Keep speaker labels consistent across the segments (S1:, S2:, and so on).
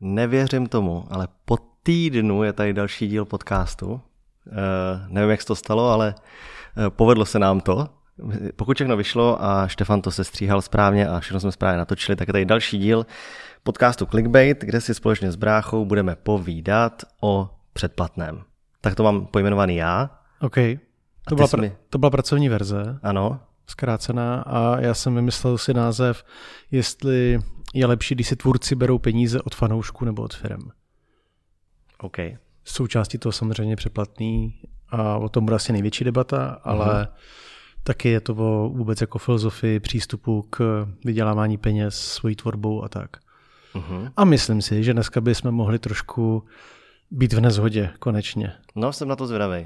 S1: Nevěřím tomu, ale po týdnu je tady další díl podcastu. Nevím, jak se to stalo, ale povedlo se nám to. Pokud všechno vyšlo a Štefan to sestříhal správně a všechno jsme správně natočili, tak je tady další díl podcastu Clickbait, kde si společně s bráchou budeme povídat o předplatném. Tak to mám pojmenovaný já.
S2: OK. To byla pracovní verze.
S1: Ano.
S2: Zkrácená a já jsem vymyslel si název, jestli je lepší, když si tvůrci berou peníze od fanoušků nebo od firem.
S1: OK.
S2: Součástí toho samozřejmě předplatný a o tom bude asi největší debata, ale taky je to o vůbec jako filozofii přístupu k vydělávání peněz svojí tvorbou a tak. A myslím si, že dneska bychom mohli trošku být v neshodě konečně.
S1: No, jsem na to zvědavej.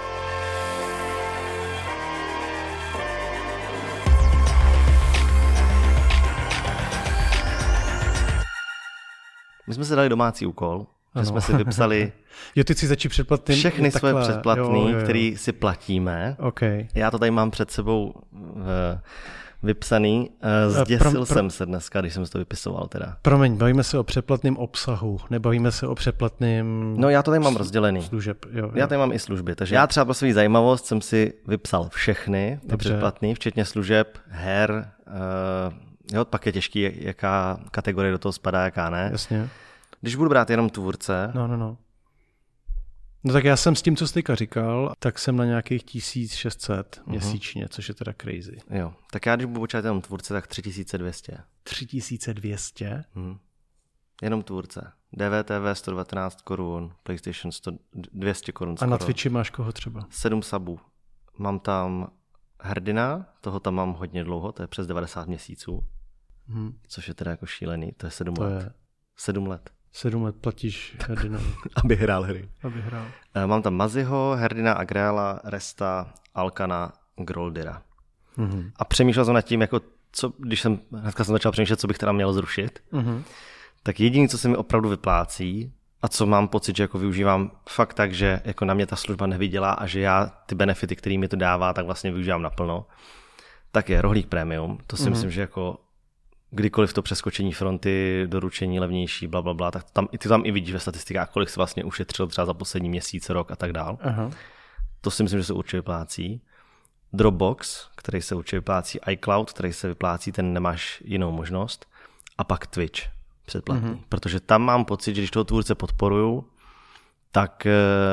S1: My jsme si dali domácí úkol, že jsme si vypsali
S2: ty si začít předplatným
S1: všechny své předplatný, který si platíme.
S2: Okay.
S1: Já to tady mám před sebou vypsaný. Zděsil jsem se dneska, když jsem si to vypisoval teda.
S2: Promiň, bavíme se o předplatným obsahu, nebavíme se o předplatným...
S1: No já to tady mám rozdělený.
S2: Služeb, jo.
S1: Já tady mám i služby, takže já třeba pro svou zajímavost jsem si vypsal všechny ty předplatný, včetně služeb, her, pak je těžký, jaká kategorie do toho spadá, jaká ne.
S2: Jasně.
S1: Když budu brát jenom tvůrce...
S2: No tak já jsem s tím, co jsi teďka říkal, tak jsem na nějakých 1600 měsíčně, což je teda crazy.
S1: Jo, tak já když budu počítat jenom tvůrce, tak 3200.
S2: 3200?
S1: Jenom tvůrce. DVTV 119 korun, PlayStation 200 korun skoro.
S2: A na Twitchi máš koho třeba?
S1: 7 subů. Mám tam Hrdina, toho tam mám hodně dlouho, to je přes 90 měsíců, což je teda jako šílený, to je 7 let. 7 let.
S2: 7 let platíš Hrdinovi.
S1: Aby hrál hry. Mám tam Maziho, Herdina, Agreala, Resta, Alkana, Groldira. A přemýšlel jsem nad tím, jako hnedka jsem začal přemýšlet, co bych teda měl zrušit. Tak jediné, co se mi opravdu vyplácí a co mám pocit, že jako využívám fakt tak, že jako na mě ta služba nevydělá a že já ty benefity, který mi to dává, tak vlastně využívám naplno, tak je Rohlík Premium. To si myslím, že jako kdykoliv to přeskočení fronty, doručení levnější, blablabla, tak ty tam i vidíš ve statistikách, kolik se vlastně ušetřil třeba za poslední měsíc, rok a tak dál. To si myslím, že se určitě vyplácí. Dropbox, který se určitě vyplácí, iCloud, který se vyplácí, ten nemáš jinou možnost. A pak Twitch předplatný. Protože tam mám pocit, že když toho tvůrce podporuju, tak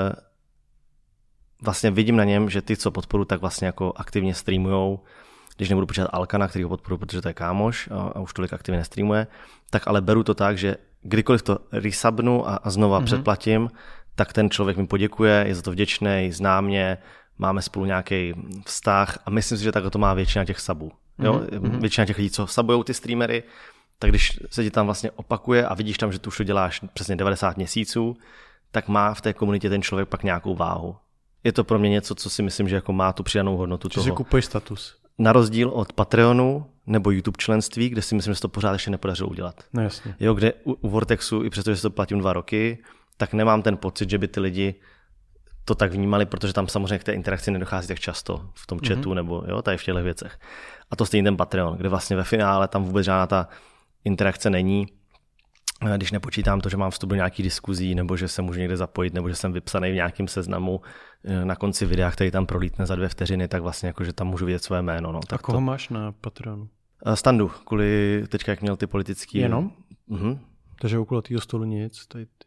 S1: vlastně vidím na něm, že ty, co podporují, tak vlastně jako aktivně streamujou. Když nebudu počítat Alkana, který ho podporuji, protože to je kámoš a už tolik aktivně nestreamuje, tak ale beru to tak, že kdykoliv to resubnu a znova předplatím, tak ten člověk mi poděkuje, je za to vděčný, zná mě, máme spolu nějaký vztah a myslím si, že takhle to má většina těch subů. Většina těch lidí, co subujou ty streamery, tak když se ti tam vlastně opakuje a vidíš tam, že tu už to děláš přesně 90 měsíců, tak má v té komunitě ten člověk pak nějakou váhu. Je to pro mě něco, co si myslím, že jako má tu přidanou hodnotu toho.
S2: Že kupuješ status.
S1: Na rozdíl od Patreonu nebo YouTube členství, kde si myslím, že se to pořád ještě nepodařilo udělat.
S2: No jasně.
S1: Jo, kde u Vortexu, i přestože si to platím 2 roky, tak nemám ten pocit, že by ty lidi to tak vnímali, protože tam samozřejmě k té interakci nedochází tak často v tom chatu nebo tady v těchto věcech. A to stejný ten Patreon, kde vlastně ve finále tam vůbec žádná ta interakce není. Když nepočítám to, že mám vstup do nějakých diskuzí, nebo že se můžu někde zapojit, nebo že jsem vypsaný v nějakém seznamu na konci videa, který tam prolítne za 2 vteřiny, tak vlastně jako, že tam můžu vidět své jméno. No. Tak
S2: a koho máš na Patreonu?
S1: Standu, kvůli teďka, jak měl ty politický...
S2: Jenom? Takže okolo tého stolu nic?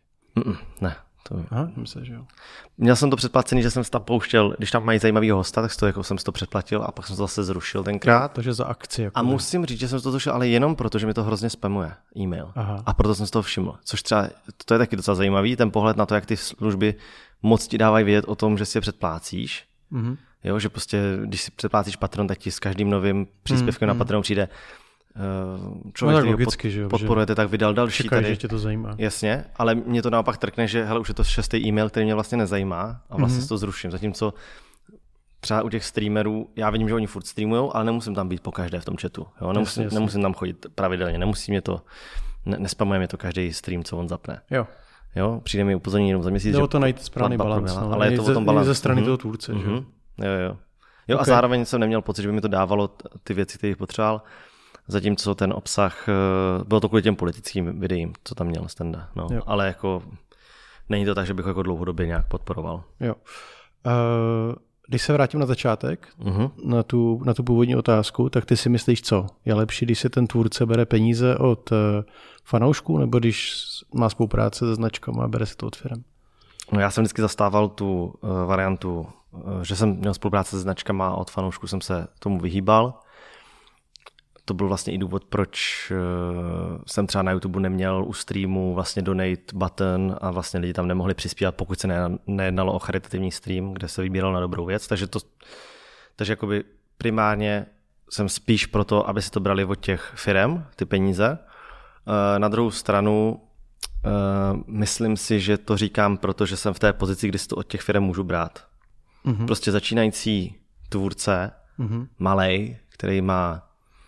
S1: Ne.
S2: Aha, myslím, že jo.
S1: Měl jsem to předplacený, že jsem si tam pouštěl, když tam mají zajímavýho hosta, tak to jako jsem si to předplatil a pak jsem to zase zrušil tenkrát.
S2: Takže za akci. Jako
S1: a musím říct, že jsem to zrušil, ale jenom proto, že mi to hrozně spamuje e-mail. A proto jsem si toho všiml. Což třeba, to je taky docela zajímavý, ten pohled na to, jak ty služby moc ti dávají vědět o tom, že si je předplácíš. Jo, že prostě, když si předplácíš Patreon, tak ti s každým novým příspěvkem na Patreon přijde člověk, který
S2: logicky,
S1: ho podporujete, tak vydal další.
S2: Čekaj, že tě to zajímá.
S1: Jasně, ale mě to naopak trkne, že hele, už je to 6. e-mail, který mě vlastně nezajímá a vlastně si to zruším. Zatímco třeba u těch streamerů, já vidím, že oni furt streamujou, ale nemusím tam být pokaždé v tom chatu. Jo? Nemusím tam chodit pravidelně, nemusí mě to, nespamuje mě to každý stream, co on zapne. Jo, přijde mi upozornění jenom za měsíc.
S2: Jde o to najít správný balans,
S1: ale je to o tom balans.
S2: Ze strany toho tvůrce. Že?
S1: Jo, okay. A zároveň jsem neměl pocit, že by mi to dávalo ty věci, které potřeboval. zatímco ten obsah, bylo to kvůli těm politickým videím, co tam měl Stenda, no, ale jako není to tak, že bych ho jako dlouhodobě nějak podporoval.
S2: Jo. Když se vrátím na začátek, na tu původní otázku, tak ty si myslíš co? Je lepší, když se ten tvůrce bere peníze od fanoušků, nebo když má spolupráce se značkama a bere si to od firem?
S1: No, já jsem vždycky zastával tu variantu, že jsem měl spolupráce se značkama a od fanoušků jsem se tomu vyhýbal. To byl vlastně i důvod, proč jsem třeba na YouTube neměl u streamu vlastně donate button a vlastně lidi tam nemohli přispívat, pokud se nejednalo o charitativní stream, kde se vybíral na dobrou věc. Takže jakoby primárně jsem spíš proto, aby si to brali od těch firem, ty peníze. Na druhou stranu myslím si, že to říkám, protože jsem v té pozici, kdy si to od těch firem můžu brát. Prostě začínající tvůrce, malej, který má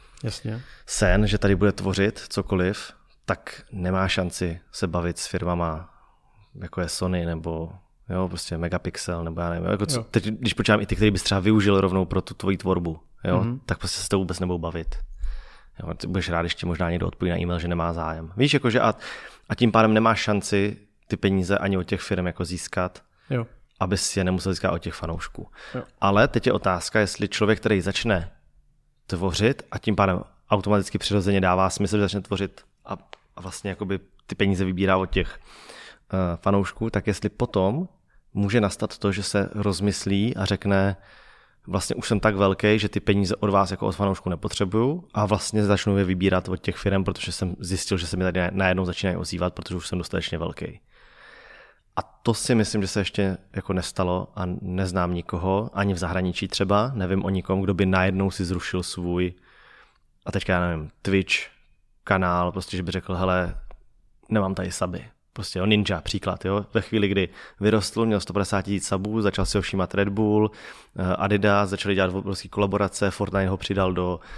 S1: sen, že tady bude tvořit cokoliv, tak nemá šanci se bavit s firmama, jako je Sony nebo prostě Megapixel, nebo já nevím. Jako teď, když počítám i ty, který bys třeba využil rovnou pro tu tvoji tvorbu, tak prostě se to vůbec nebudou bavit. Jo, ty budeš rád, ještě možná někdo odpoví na e-mail, že nemá zájem. Víš, jakože a tím pádem nemáš šanci ty peníze ani od těch firm jako získat, aby si je nemusel získat od těch fanoušků. Jo. Ale teď je otázka, jestli člověk, který začne tvořit a tím pádem automaticky přirozeně dává smysl, že začne tvořit a vlastně jakoby ty peníze vybírá od těch fanoušků, tak jestli potom může nastat to, že se rozmyslí a řekne, vlastně už jsem tak velký, že ty peníze od vás jako od fanoušků nepotřebuju a vlastně začnu je vybírat od těch firm, protože jsem zjistil, že se mi tady najednou začínají ozývat, protože už jsem dostatečně velký. A to si myslím, že se ještě jako nestalo a neznám nikoho, ani v zahraničí třeba, nevím o nikom, kdo by najednou si zrušil svůj, a teďka já nevím, Twitch kanál, prostě, že by řekl, hele, nemám tady suby. Prostě Ninja příklad, jo. Ve chvíli, kdy vyrostl, měl 150 000 subů, začal si ho všímat Red Bull, Adidas, začali dělat obrovské kolaborace, Fortnite ho přidal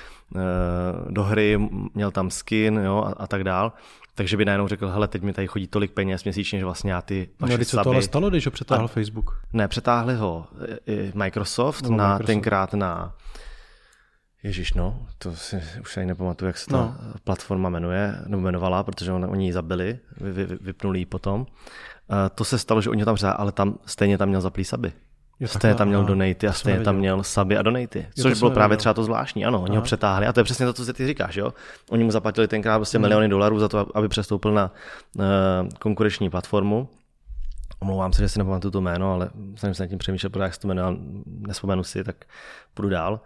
S1: do hry, měl tam skin, jo, a tak dál. Takže by najednou řekl, hele, teď mi tady chodí tolik peněz měsíčně, že vlastně já ty vaše suby...
S2: Co tohle stalo, když ho přetáhl Facebook?
S1: Ne, přetáhli ho Microsoft, tenkrát na... Ježiš, no, to si už ani nepamatuju, jak se ta platforma jmenovala, protože oni ji zabili, vypnuli ji potom. To se stalo, že oni ho tam přetáhli, ale stejně tam měl zaplý suby. Stejně tam měl donaty a stejně tam měl suby a donaty, což bylo právě třeba to zvláštní. Ano, oni ho přetáhli a to je přesně to, co ty říkáš. Jo? Oni mu zaplatili tenkrát prostě miliony dolarů za to, aby přestoupil na konkurenční platformu. Omlouvám se, že si nepamatuju to jméno, ale jsem se nad tím přemýšlel, jak se to jmenuje, nespomenu si, tak půjdu dál.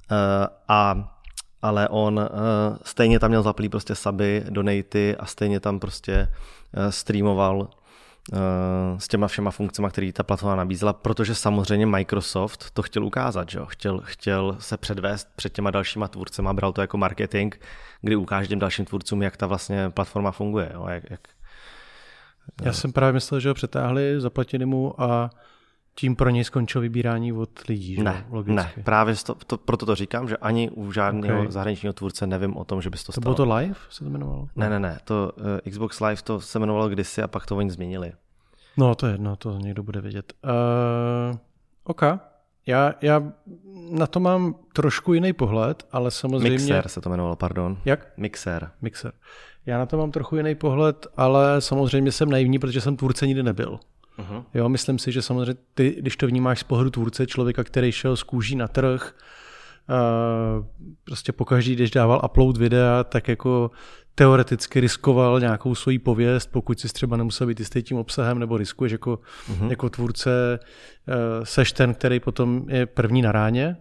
S1: Ale on stejně tam měl zaplý prostě suby, donaty a stejně tam prostě streamoval s těma všema funkcemi, které ta platforma nabízela, protože samozřejmě Microsoft to chtěl ukázat, že jo? Chtěl se předvést před těma dalšíma tvůrcema, bral to jako marketing, kdy ukáže těm dalším tvůrcům, jak ta vlastně platforma funguje. Jo?
S2: Já jsem právě myslel, že ho přetáhli, zaplatili mu a tím pro něj skončilo vybírání od lidí, že? Logicky.
S1: Ne, právě proto to říkám, že ani u žádného zahraničního tvůrce nevím o tom, že by se to stalo.
S2: To bylo to Live, se to jmenovalo?
S1: Ne, to Xbox Live to se jmenovalo kdysi a pak to oni změnili.
S2: No to je jedno, to někdo bude vědět. OK, já na to mám trošku jiný pohled, ale samozřejmě...
S1: Mixer se to jmenovalo, pardon.
S2: Jak?
S1: Mixer.
S2: Já na to mám trochu jiný pohled, ale samozřejmě jsem naivní, protože jsem tvůrce nikdy nebyl. Uh-huh. Jo, myslím si, že samozřejmě ty, když to vnímáš z pohledu tvůrce, člověka, který šel z kůží na trh, prostě pokaždý, když dával upload videa, tak jako teoreticky riskoval nějakou svoji pověst, pokud si třeba nemusel být jistý tím obsahem, nebo riskuješ jako tvůrce, seš ten, který potom je první na ráně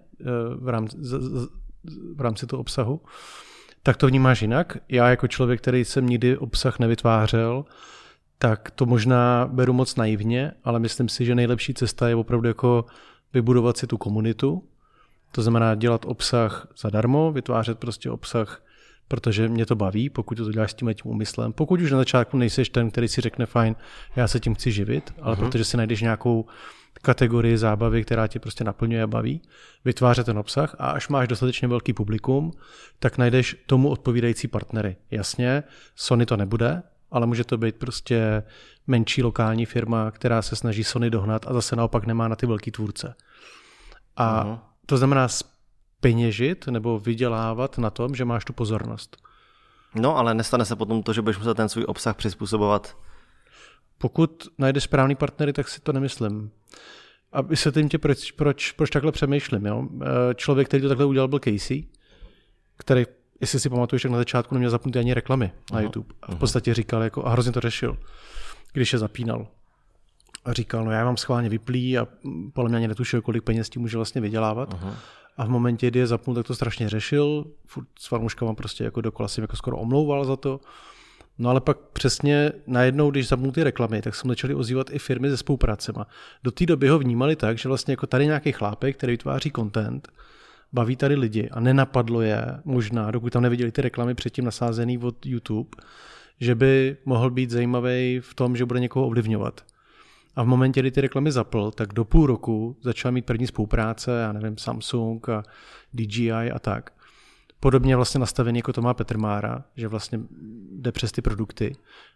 S2: v rámci toho obsahu, tak to vnímáš jinak. Já jako člověk, který jsem nikdy obsah nevytvářel, tak to možná beru moc naivně, ale myslím si, že nejlepší cesta je opravdu jako vybudovat si tu komunitu. To znamená dělat obsah zadarmo, vytvářet prostě obsah, protože mě to baví, pokud to děláš s tím úmyslem. Pokud už na začátku nejseš ten, který si řekne fajn, já se tím chci živit, ale protože si najdeš nějakou kategorii zábavy, která tě prostě naplňuje a baví, vytvářet ten obsah a až máš dostatečně velký publikum, tak najdeš tomu odpovídající partnery. Jasně, Sony to nebude, ale může to být prostě menší lokální firma, která se snaží Sony dohnat a zase naopak nemá na ty velký tvůrce. A to znamená, peněžit nebo vydělávat na tom, že máš tu pozornost.
S1: No, ale nestane se potom to, že budeš muset ten svůj obsah přizpůsobovat.
S2: Pokud najdeš správný partnery, tak si to nemyslím. A vysvětlím tě, proč takhle přemýšlím. Jo? Člověk, který to takhle udělal, byl Casey, který, jestli si pamatuješ, tak na začátku neměl zapnutý ani reklamy na YouTube. A v podstatě říkal, jako, a hrozně to řešil, když je zapínal. A říkal, no já mám schválně vyplý a podle mě ani netušil, kolik peněz tím může vlastně vydělávat. A v momentě, kdy je zapnul, tak to strašně řešil. Furt s farmuškama prostě jako dokola si jako skoro omlouval za to. No ale pak přesně najednou, když zapnul ty reklamy, tak se mu začaly ozývat i firmy se spolupracema. Do té doby ho vnímali tak, že vlastně jako tady nějaký chlápek, který vytváří content, baví tady lidi a nenapadlo je možná, dokud tam neviděli ty reklamy předtím nasázený od YouTube, že by mohl být zajímavý v tom, že bude někoho ovlivňovat. A v momentě, kdy ty reklamy zapl, tak do půl roku začal mít první spolupráce, já nevím, Samsung a DJI a tak. Podobně vlastně nastavený, jako to má Petr Mára, že vlastně jde přes ty produkty.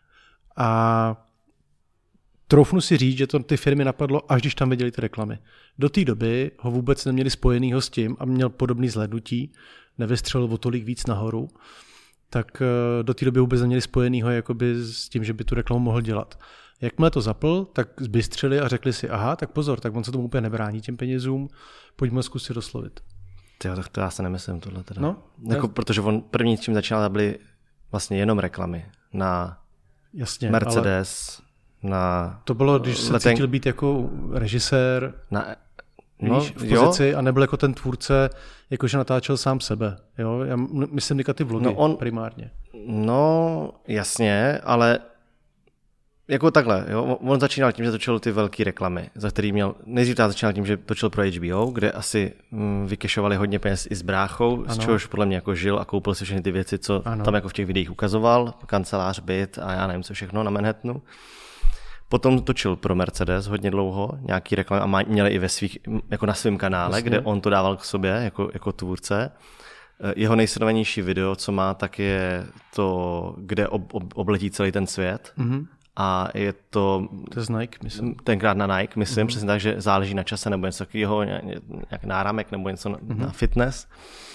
S2: A troufnu si říct, že to ty firmy napadlo, až když tam viděli ty reklamy. Do té doby ho vůbec neměli spojenýho s tím a měl podobný zhlédnutí, nevystřelil o tolik víc nahoru, tak do té doby vůbec neměli spojenýho jakoby s tím, že by tu reklamu mohl dělat. Jakmile to zapl, tak zbystřili a řekli si, aha, tak pozor, tak on se tomu úplně nebrání těm penězům, pojďme zkusit oslovit.
S1: Tyjo, tak to já se nemyslím tohle teda.
S2: No,
S1: jako, protože on první, čím začínal, byly vlastně jenom reklamy na
S2: jasně,
S1: Mercedes, na
S2: to bylo, když se cítil být jako režisér, víš, v pozici a nebyl jako ten tvůrce, jakože natáčel sám sebe. Jo? Já myslím říkat ty vlogy primárně.
S1: No, jasně, ale jako takhle, jo? On začínal tím, že točil ty velké reklamy, za který měl, nejdřív začínal tím, že točil pro HBO, kde asi vykešovali hodně peněz i s bráchou, z čehož podle mě jako žil a koupil si všechny ty věci, co tam jako v těch videích ukazoval, kancelář, byt a já nevím co všechno na Manhattanu. Potom točil pro Mercedes hodně dlouho, nějaký reklamy a měli i ve svých, jako na svém kanále, vlastně, kde on to dával k sobě jako tvůrce. Jeho nejsledovanější video, co má, tak je to, kde obletí celý ten svět. A je to
S2: je z Nike, myslím.
S1: Tenkrát na Nike, myslím, přesně tak, že záleží na čase nebo něco takového, nějak náramek nebo něco na fitness.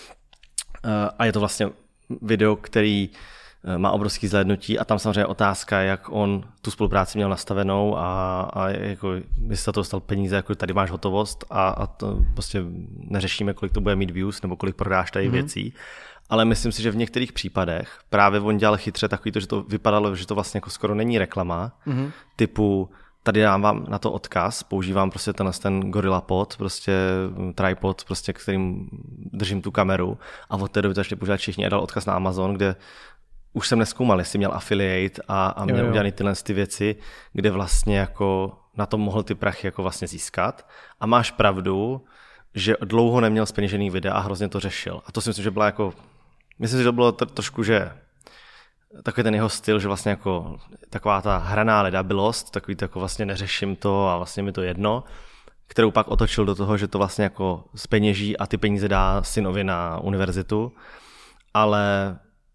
S1: A je to vlastně video, který má obrovský zhlédnutí a tam samozřejmě otázka, jak on tu spolupráci měl nastavenou a jako, jestli za to dostal peníze, jako tady máš hotovost a to prostě neřešíme, kolik to bude mít views nebo kolik prodáš tady věcí. Ale myslím si, že v některých případech právě on dělal chytře takový to, že to vypadalo, že to vlastně jako skoro není reklama, typu tady dám vám na to odkaz, používám prostě ten Gorilla Pod, prostě tripod, prostě kterým držím tu kameru a od té doby začali používat všichni a dal odkaz na Amazon, kde už jsem nezkoumal, jestli měl affiliate a měl udělaný tyhle ty věci, kde vlastně jako na tom mohl ty prachy jako vlastně získat. A máš pravdu, že dlouho neměl zpeněžený videa a hrozně to řešil. A to si myslím, že byla jako, myslím si, že to bylo trošku, že takový ten jeho styl, že vlastně jako taková ta hraná ledabilost, takový to jako vlastně neřeším to a vlastně mi to jedno, kterou pak otočil do toho, že to vlastně jako zpeněží a ty peníze dá synovi na univerzitu. Ale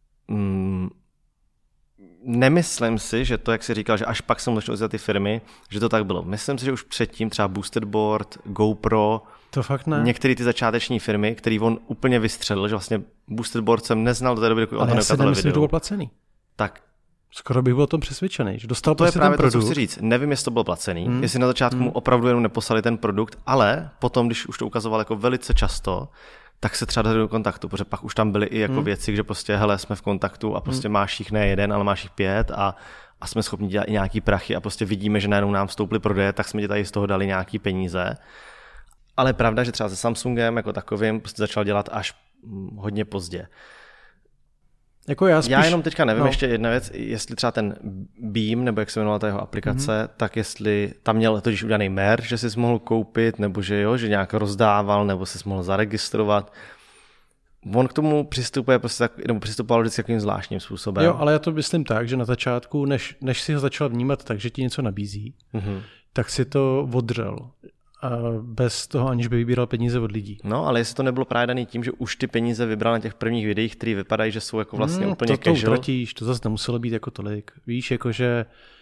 S1: nemyslím si, že to, jak jsi říkal, že až pak jsem začal za ty firmy, že to tak bylo. Myslím si, že už předtím třeba Boosted Board, GoPro,
S2: to fakt ne.
S1: Některé ty začáteční firmy, který on úplně vystřelil, že vlastně Boosted Board jsem neznal do té doby, dokud on to
S2: nekázal video. Ale já si nemyslím, že to bylo placený.
S1: Tak.
S2: Skoro bych byl o tom přesvědčený, že dostal
S1: to je právě
S2: ten produkt.
S1: To, co chci říct. Nevím, jestli to bylo placený, jestli na začátku mu opravdu jenom neposlali ten produkt, ale potom, když už to ukazoval jako velice často, tak se třeba dali do kontaktu, protože pak už tam byly i jako věci, že prostě hele, jsme v kontaktu a prostě máš jich ne jeden, ale máš jich 5 a jsme schopni dělat i nějaký prachy a prostě vidíme, že najednou nám vstoupily prodeje, tak jsme ti tady z toho dali nějaký peníze. Ale je pravda, že třeba se Samsungem jako takovým prostě začal dělat až hodně pozdě.
S2: Jako já
S1: jenom teďka nevím, ještě jedna věc, jestli třeba ten Beam, nebo jak se jmenovala ta jeho aplikace, tak jestli tam měl totiž udělaný merch, že jsi mohl koupit, nebo že jo, že nějak rozdával, nebo jsi mohl zaregistrovat. On k tomu přistupuje prostě nebo přistupoval vždycky takovým zvláštním způsobem.
S2: Jo, ale já to myslím tak, že na začátku, než si ho začal vnímat tak, že ti něco nabízí, tak si to odřel. Bez toho, aniž by vybíral peníze od lidí.
S1: No, ale jestli to nebylo právě daný tím, že už ty peníze vybral na těch prvních videích, které vypadají, že jsou jako vlastně úplně casual.
S2: To utratíš, to zase nemuselo být jako tolik. Víš, jakože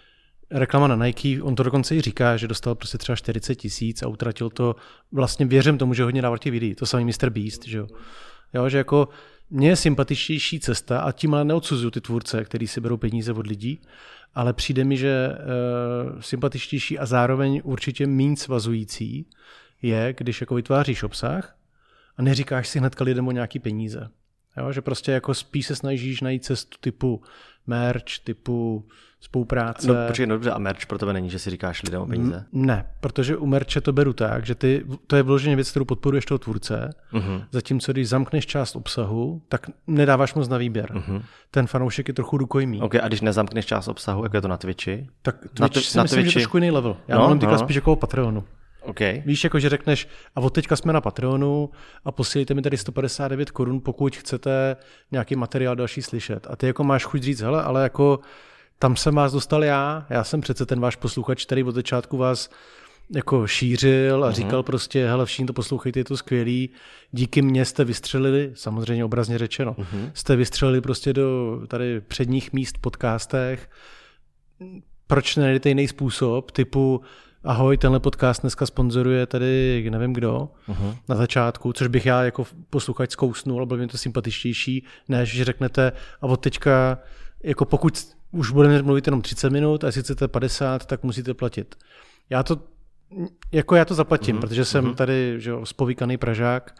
S2: reklama na Nike, on to dokonce i říká, že dostal prostě třeba 40 000 a utratil to, vlastně věřím tomu, že hodně dával těch videí, to samý Mr. Beast, že jo, že jako mně je sympatičtější cesta a tím ale neodsuzuju ty tvůrce, kteří si berou peníze od lidí, ale přijde mi, že sympatičtější a zároveň určitě méně svazující je, když jako vytváříš obsah a neříkáš si hnedka lidem o nějaký peníze. Jo, že prostě jako spíš se snažíš najít cestu typu merch, typu spolupráce.
S1: No počkej, no dobře, a merch pro tebe není, že si říkáš lidem o peníze?
S2: Ne, protože u merče to beru tak, že to je vyloženě věc, kterou podporuješ toho tvůrce, zatímco když zamkneš část obsahu, tak nedáváš moc na výběr. Ten fanoušek je trochu rukojmí.
S1: OK, a když nezamkneš část obsahu, jako je to na Twitchi?
S2: Tak Twitch si myslím, že je trošku jiný level. Já mám teďka spíš jako o Patreonu.
S1: Okay.
S2: Víš, jako že řekneš, a od teďka jsme na Patreonu a posílejte mi tady 159 korun, pokud chcete nějaký materiál další slyšet. A ty jako máš chuť říct, hele, ale jako tam jsem vás dostal já jsem přece ten váš posluchač, který od začátku vás jako šířil a říkal prostě, hele, všichni to poslouchejte, je to skvělý, díky mně jste vystřelili, samozřejmě obrazně řečeno, jste vystřelili prostě do tady předních míst v podcastech, proč nenajdete jiný způsob, typu ahoj, tenhle podcast dneska sponzoruje tady nevím kdo na začátku, což bych já jako posluchač zkousnul, ale bylo mi to sympatičtější, než že řeknete a od teďka, jako pokud už budeme mluvit jenom 30 minut a jestli chcete 50, tak musíte platit. Já to zaplatím, protože jsem tady že, spovíkaný Pražák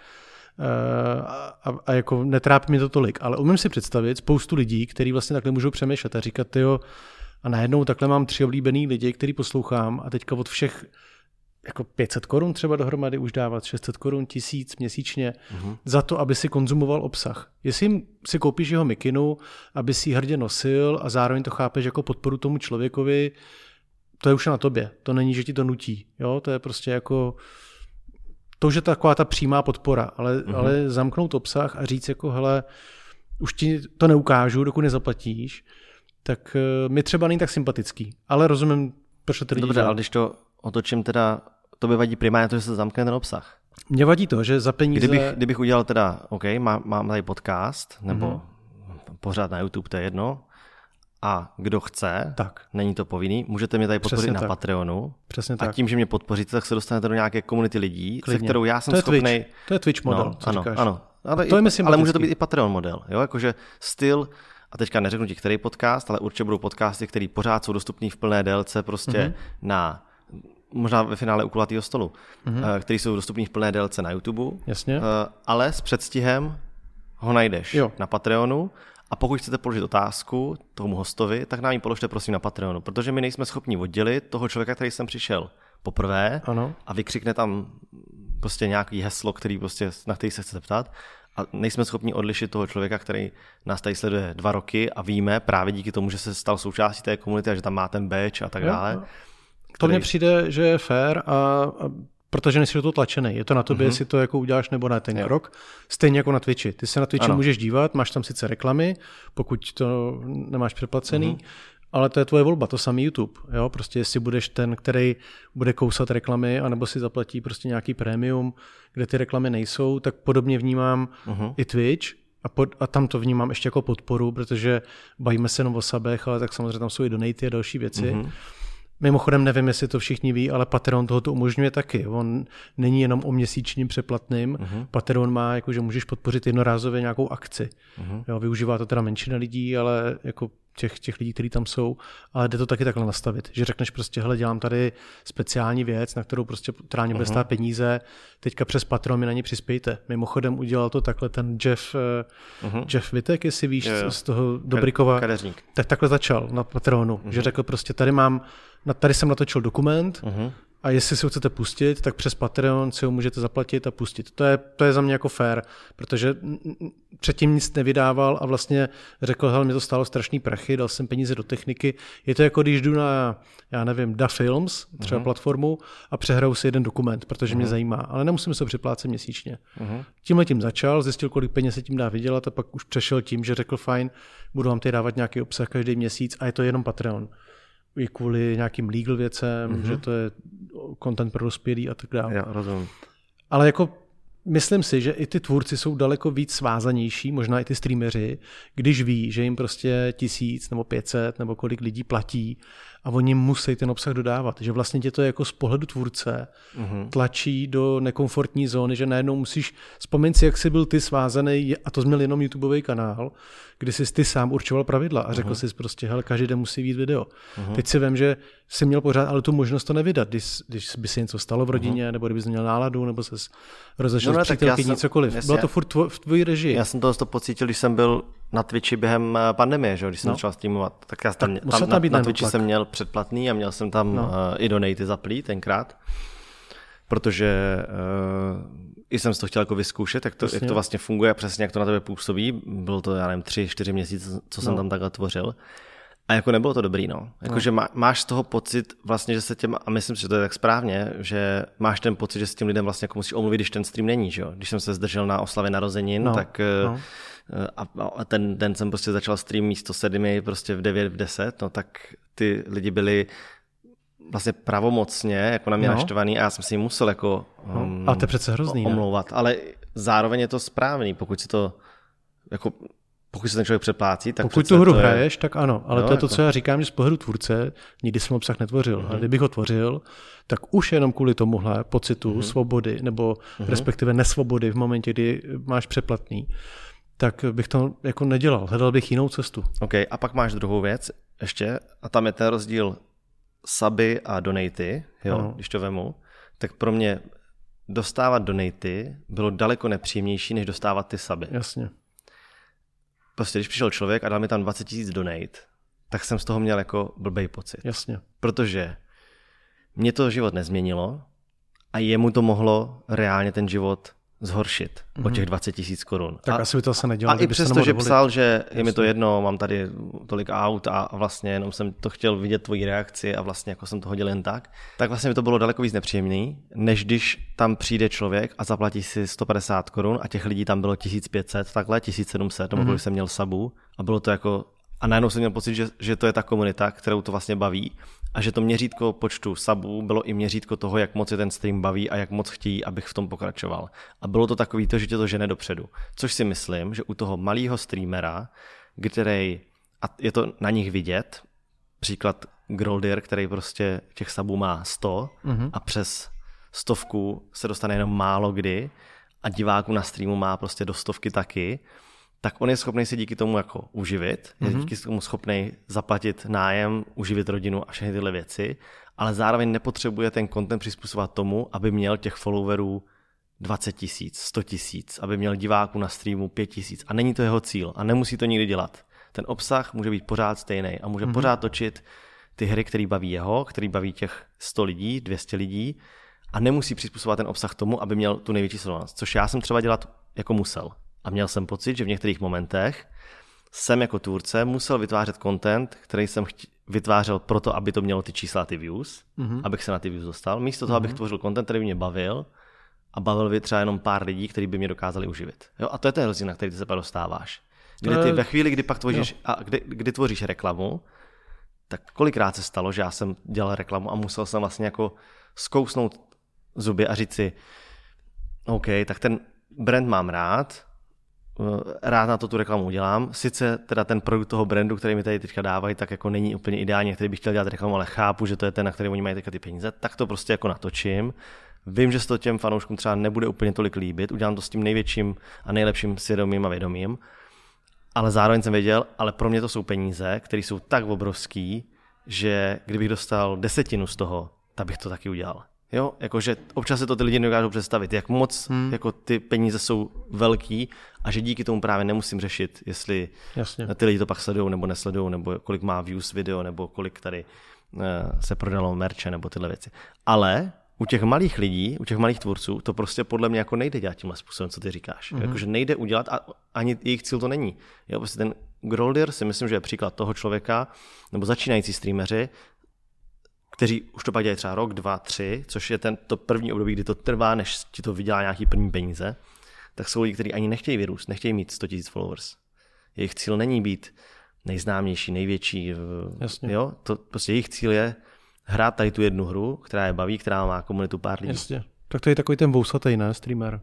S2: a jako netrápí mě to tolik, ale umím si představit spoustu lidí, kteří vlastně takhle můžou přemýšlet a říkat, tyjo, a najednou takhle mám 3 oblíbený lidi, který poslouchám a teďka od všech jako 500 korun třeba dohromady už dávat, 600 korun, 1000 měsíčně za to, aby si konzumoval obsah. Jestli si koupíš jeho mikinu, aby si ji hrdě nosil a zároveň to chápeš jako podporu tomu člověkovi, to je už na tobě. To není, že ti to nutí. Jo? To je prostě jako to, že taková ta přímá podpora, ale zamknout obsah a říct jako hele, už ti to neukážu, dokud nezaplatíš, tak mi třeba není tak sympatický. Ale rozumím, proč to lidi
S1: Dobře, ale když to otočím teda, to by vadí primárně to, že se zamkne ten obsah.
S2: Mně vadí to, že za peníze...
S1: Kdybych udělal teda, OK, mám tady podcast, nebo pořád na YouTube, to je jedno, a kdo chce, tak. Není to povinný, můžete mě tady podpořit na Patreonu.
S2: Přesně
S1: a tím, že mě podpoříte, tak se dostanete do nějaké komunity lidí, se kterou já jsem schopnej...
S2: To je Twitch model, co říkáš.
S1: Ano. Ale může to být i Patreon model, jo? Jakože styl, a teďka neřeknu ti, který podcast, ale určitě budou podcasty, které pořád jsou dostupný v plné délce prostě na, možná ve finále u kulatýho stolu, který jsou dostupný v plné délce na YouTube.
S2: Jasně.
S1: Ale s předstihem ho najdeš na Patreonu. A pokud chcete položit otázku tomu hostovi, tak nám ji položte prosím na Patreonu, protože my nejsme schopni oddělit toho člověka, který sem přišel poprvé a vykřikne tam prostě nějaký heslo, na který se chce zeptat. A nejsme schopni odlišit toho člověka, který nás tady sleduje 2 roky a víme právě díky tomu, že se stal součástí té komunity a že tam má ten badge a tak dále.
S2: To mně přijde, že je fair a protože nejsi do toho tlačený. Je to na tobě, jestli to jako uděláš nebo ne ten krok. Stejně jako na Twitchi. Ty se na Twitchi můžeš dívat, máš tam sice reklamy, pokud to nemáš předplacený, ale to je tvoje volba, to samý YouTube. Jo? Prostě jestli budeš ten, který bude kousat reklamy, anebo si zaplatí prostě nějaký prémium, kde ty reklamy nejsou, tak podobně vnímám i Twitch a tam to vnímám ještě jako podporu, protože bavíme se jenom o subech, ale tak samozřejmě tam jsou i donaty a další věci. Mimochodem nevím, jestli to všichni ví, ale Patreon tohoto umožňuje taky. On není jenom o měsíčním přeplatným. Patreon má, jako, že můžeš podpořit jednorázově nějakou akci. Jo, využívá to teda menšina lidí, ale jako těch lidí, kteří tam jsou, ale jde to taky takhle nastavit, že řekneš prostě, hele, dělám tady speciální věc, na kterou prostě trálně bude stát peníze, teďka přes Patreon mi na ně přispějte. Mimochodem udělal to takhle ten Jeff Vitek, jestli víš, z toho Dobrikova,
S1: kadeřník.
S2: Tak takhle začal na Patreonu, že řekl prostě, tady jsem natočil dokument a jestli si ho chcete pustit, tak přes Patreon si ho můžete zaplatit a pustit. To je za mě jako fair, protože předtím nic nevydával a vlastně řekl, hele, mě to stálo strašný prachy, dal jsem peníze do techniky. Je to jako když jdu na, já nevím, Da Films, třeba platformu a přehraju si jeden dokument, protože mě zajímá, ale nemusím se připlácet měsíčně. Tímhletím začal, zjistil, kolik peněz se tím dá vydělat a pak už přešel tím, že řekl, fajn, budu vám tady dávat nějaký obsah každý měsíc a je to jenom Patreon. I kvůli nějakým legal věcem, že to je content pro dospělý a tak dále.
S1: Já rozumím.
S2: Ale jako myslím si, že i ty tvůrci jsou daleko víc svázanější, možná i ty streameři, když ví, že jim prostě 1000 nebo 500 nebo kolik lidí platí a oni musí ten obsah dodávat. Že vlastně tě to jako z pohledu tvůrce tlačí do nekomfortní zóny, že najednou musíš, vzpomeň si, jak jsi byl ty svázaný, a to jsi měl jenom YouTubeový kanál, kdy jsi ty sám určoval pravidla a řekl jsi prostě, hele, každý den musí vidět video. Teď si vem, že jsi měl pořád ale tu možnost to nevydat, když by se něco stalo v rodině, nebo kdybys měl náladu, nebo ses rozešel s přítelkyní, cokoliv.
S1: Jasně,
S2: bylo to furt v tvojí režii.
S1: Já jsem to pocítil, když jsem byl na Twitchi během pandemie, že? Když jsem začal streamovat. Tak já tam na Twitchi jsem měl předplatný a měl jsem tam i donaty zaplý tenkrát, protože i jsem to chtěl jako vyzkoušet, jak to vlastně funguje, přesně jak to na tebe působí. Bylo to, já nevím, 3-4 měsíce, co jsem tam takhle tvořil. A jako nebylo to dobrý, no. Jakože máš z toho pocit vlastně, že se těm, a myslím si, že to je tak správně, že máš ten pocit, že s těm lidem vlastně jako musíš omluvit, když ten stream není, že jo. Když jsem se zdržel na oslavě narozenin, tak a ten den jsem prostě začal stream místo 7, prostě v 9, v 10, no tak ty lidi byli vlastně pravomocně jako na mě naštvaný a já jsem si jim musel jako
S2: a to je přece hrozný,
S1: omlouvat, ale zároveň je to správný, pokud si ten člověk přeplácí, tak
S2: pokud tu hru hraješ, tak ano, ale to je to, co já říkám, že z pohledu tvůrce nikdy jsem obsah netvořil. A kdybych ho tvořil, tak už jenom kvůli tomuhle pocitu svobody nebo respektive nesvobody v momentě, kdy máš předplatný, tak bych to jako nedělal. Hledal bych jinou cestu.
S1: OK, a pak máš druhou věc ještě a tam je ten rozdíl suby a donaty, když to vemu, tak pro mě dostávat donaty bylo daleko nepříjemnější, než dostávat ty suby.
S2: Jasně.
S1: Prostě když přišel člověk a dal mi tam 20 000 donate, tak jsem z toho měl jako blbej pocit.
S2: Jasně.
S1: Protože mě to život nezměnilo a jemu to mohlo reálně ten život zhoršit o těch 20 000 korun.
S2: Tak asi by to se nedělalo.
S1: A i přesto, že psal, že je mi to jedno, mám tady tolik aut a vlastně jenom jsem to chtěl vidět tvoji reakci a vlastně jako jsem to hodil jen tak vlastně mi to bylo daleko víc nepříjemný, než když tam přijde člověk a zaplatí si 150 korun a těch lidí tam bylo 1500, takhle 1700, nebo kolik jsem měl subů a bylo to jako, a najednou jsem měl pocit, že to je ta komunita, kterou to vlastně baví a že to měřítko počtu subů bylo i měřítko toho, jak moc je ten stream baví a jak moc chtějí, abych v tom pokračoval. A bylo to takový to, že tě to žene dopředu. Což si myslím, že u toho malého streamera, který, a je to na nich vidět, příklad Groldir, který prostě těch subů má 100 a přes 100 se dostane jenom málo kdy a diváků na streamu má prostě do 100 taky, tak on je schopný se díky tomu jako uživit, je díky tomu schopný zaplatit nájem, uživit rodinu a všechny tyhle věci, ale zároveň nepotřebuje ten content přizpůsobovat tomu, aby měl těch followerů 20 000, 100 000, aby měl diváků na streamu 5 000 a není to jeho cíl a nemusí to nikdy dělat. Ten obsah může být pořád stejný a může pořád točit ty hry, který baví jeho, který baví těch 100 lidí, 200 lidí a nemusí přizpůsobovat ten obsah tomu, aby měl tu největší sledovanost, což já jsem třeba dělat jako musel. A měl jsem pocit, že v některých momentech jsem jako tvůrce musel vytvářet content, který jsem vytvářel proto, aby to mělo ty čísla, ty views, abych se na ty views dostal. Místo toho, abych tvořil content, který mě bavil a bavil by třeba jenom pár lidí, kteří by mě dokázali uživit. Jo? A to je ten rozdíl, na který ty se pak dostáváš. Kdy ty ve chvíli, kdy pak tvoříš, kdy tvoříš reklamu, tak kolikrát se stalo, že já jsem dělal reklamu a musel jsem vlastně jako zkousnout zuby a říct si, OK, tak ten brand mám rád na to tu reklamu udělám. Sice teda ten produkt toho brandu, který mi tady teďka dávají, tak jako není úplně ideální, který bych chtěl dělat reklamu, ale chápu, že to je ten, na který oni mají teďka ty peníze, tak to prostě jako natočím. Vím, že se to těm fanouškům třeba nebude úplně tolik líbit, udělám to s tím největším a nejlepším svědomím a vědomím, ale zároveň jsem věděl, ale pro mě to jsou peníze, které jsou tak obrovský, že kdybych dostal 10% z toho, tak bych to taky udělal. Jo, jakože občas se to ty lidi nedokážou představit, jak moc jako ty peníze jsou velký a že díky tomu právě nemusím řešit, jestli ty lidi to pak sledujou nebo nesledujou, nebo kolik má views video, nebo kolik tady se prodalo merče, nebo tyhle věci. Ale u těch malých lidí, u těch malých tvůrců, to prostě podle mě jako nejde dělat tímhle způsobem, co ty říkáš. Jakože nejde udělat a ani jejich cíl to není. Jo, prostě ten Groldir si myslím, že je příklad toho člověka, nebo začínající streameři, kteří už to pak dělají třeba rok, 2, 3, což je to první období, kdy to trvá, než ti to vydělá nějaký první peníze, tak jsou lidi, kteří ani nechtějí vyrůst, nechtějí mít 100 000 followers. Jejich cíl není být nejznámější, největší. Jo? To prostě jejich cíl je hrát tady tu jednu hru, která je baví, která má komunitu pár lidí.
S2: Jasně. Tak to je takový ten vousatej, ne, streamer?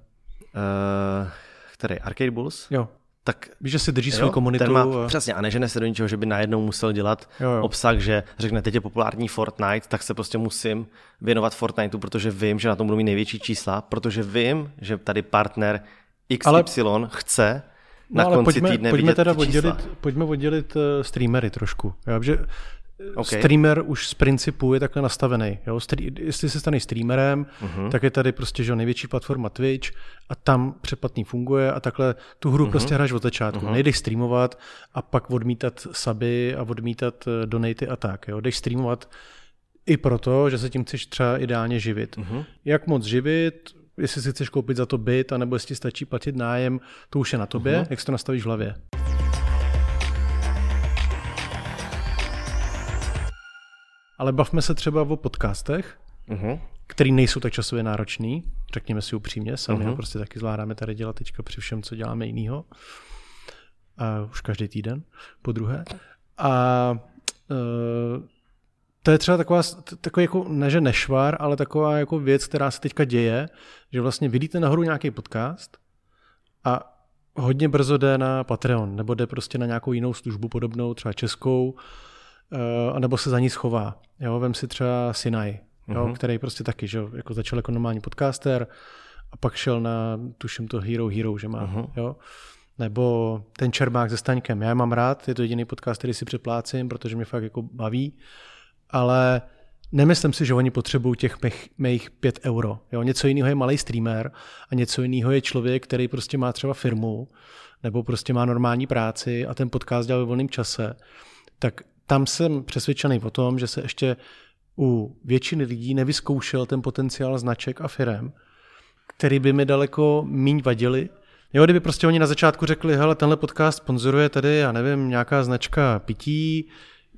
S1: který Arcade Bulls.
S2: Jo.
S1: Tak
S2: víš, že si drží svou komunitu.
S1: Přesně, a nežene se do ničeho, že by najednou musel dělat obsah, že řekne, teď je populární Fortnite, tak se prostě musím věnovat Fortniteu, protože vím, že na tom budu mít největší čísla, protože vím, že tady partner XY chce na konci týdne vidět
S2: teda
S1: ty čísla.
S2: Pojďme oddělit streamery trošku. Jo, že streamer už z principu je takhle nastavený. Jo? Jestli se staneš streamerem, tak je tady prostě že největší platforma Twitch a tam předplatný funguje a takhle tu hru prostě hraješ od začátku. Nejdeš streamovat a pak odmítat suby a odmítat donaty a tak. Jo? Jdeš streamovat i proto, že se tím chceš třeba ideálně živit. Jak moc živit, jestli si chceš koupit za to byt, anebo jestli stačí platit nájem, to už je na tobě, jak si to nastavíš v hlavě. Ale bavme se třeba o podcastech, který nejsou tak časově náročný, řekněme si upřímně, sami ho prostě taky zvládáme tady dělat teďka při všem, co děláme jinýho. A už každý týden, po druhé. A to je třeba takový jako, ne že nešvar, ale taková jako věc, která se teďka děje, že vlastně vidíte nahoru nějaký podcast a hodně brzo jde na Patreon, nebo jde prostě na nějakou jinou službu podobnou, třeba českou, anebo se za ní schová. Jo, vem si třeba Sinai, který prostě taky, že jako začal jako normální podcaster a pak šel na, tuším to Hero, že má, jo. Nebo ten Čermák se Staňkem. Já je mám rád, je to jediný podcast, který si přeplácím, protože mě fakt jako baví, ale nemyslím si, že oni potřebují těch mých 5 euro. Jo, něco jiného je malý streamer a něco jiného je člověk, který prostě má třeba firmu nebo prostě má normální práci a ten podcast dělá ve volném čase. Tak tam jsem přesvědčený o tom, že se ještě u většiny lidí nevyzkoušel ten potenciál značek a firem, který by mi daleko míň vadili. Jo, kdyby prostě oni na začátku řekli, hele, tenhle podcast sponzoruje tady, já nevím, nějaká značka pití,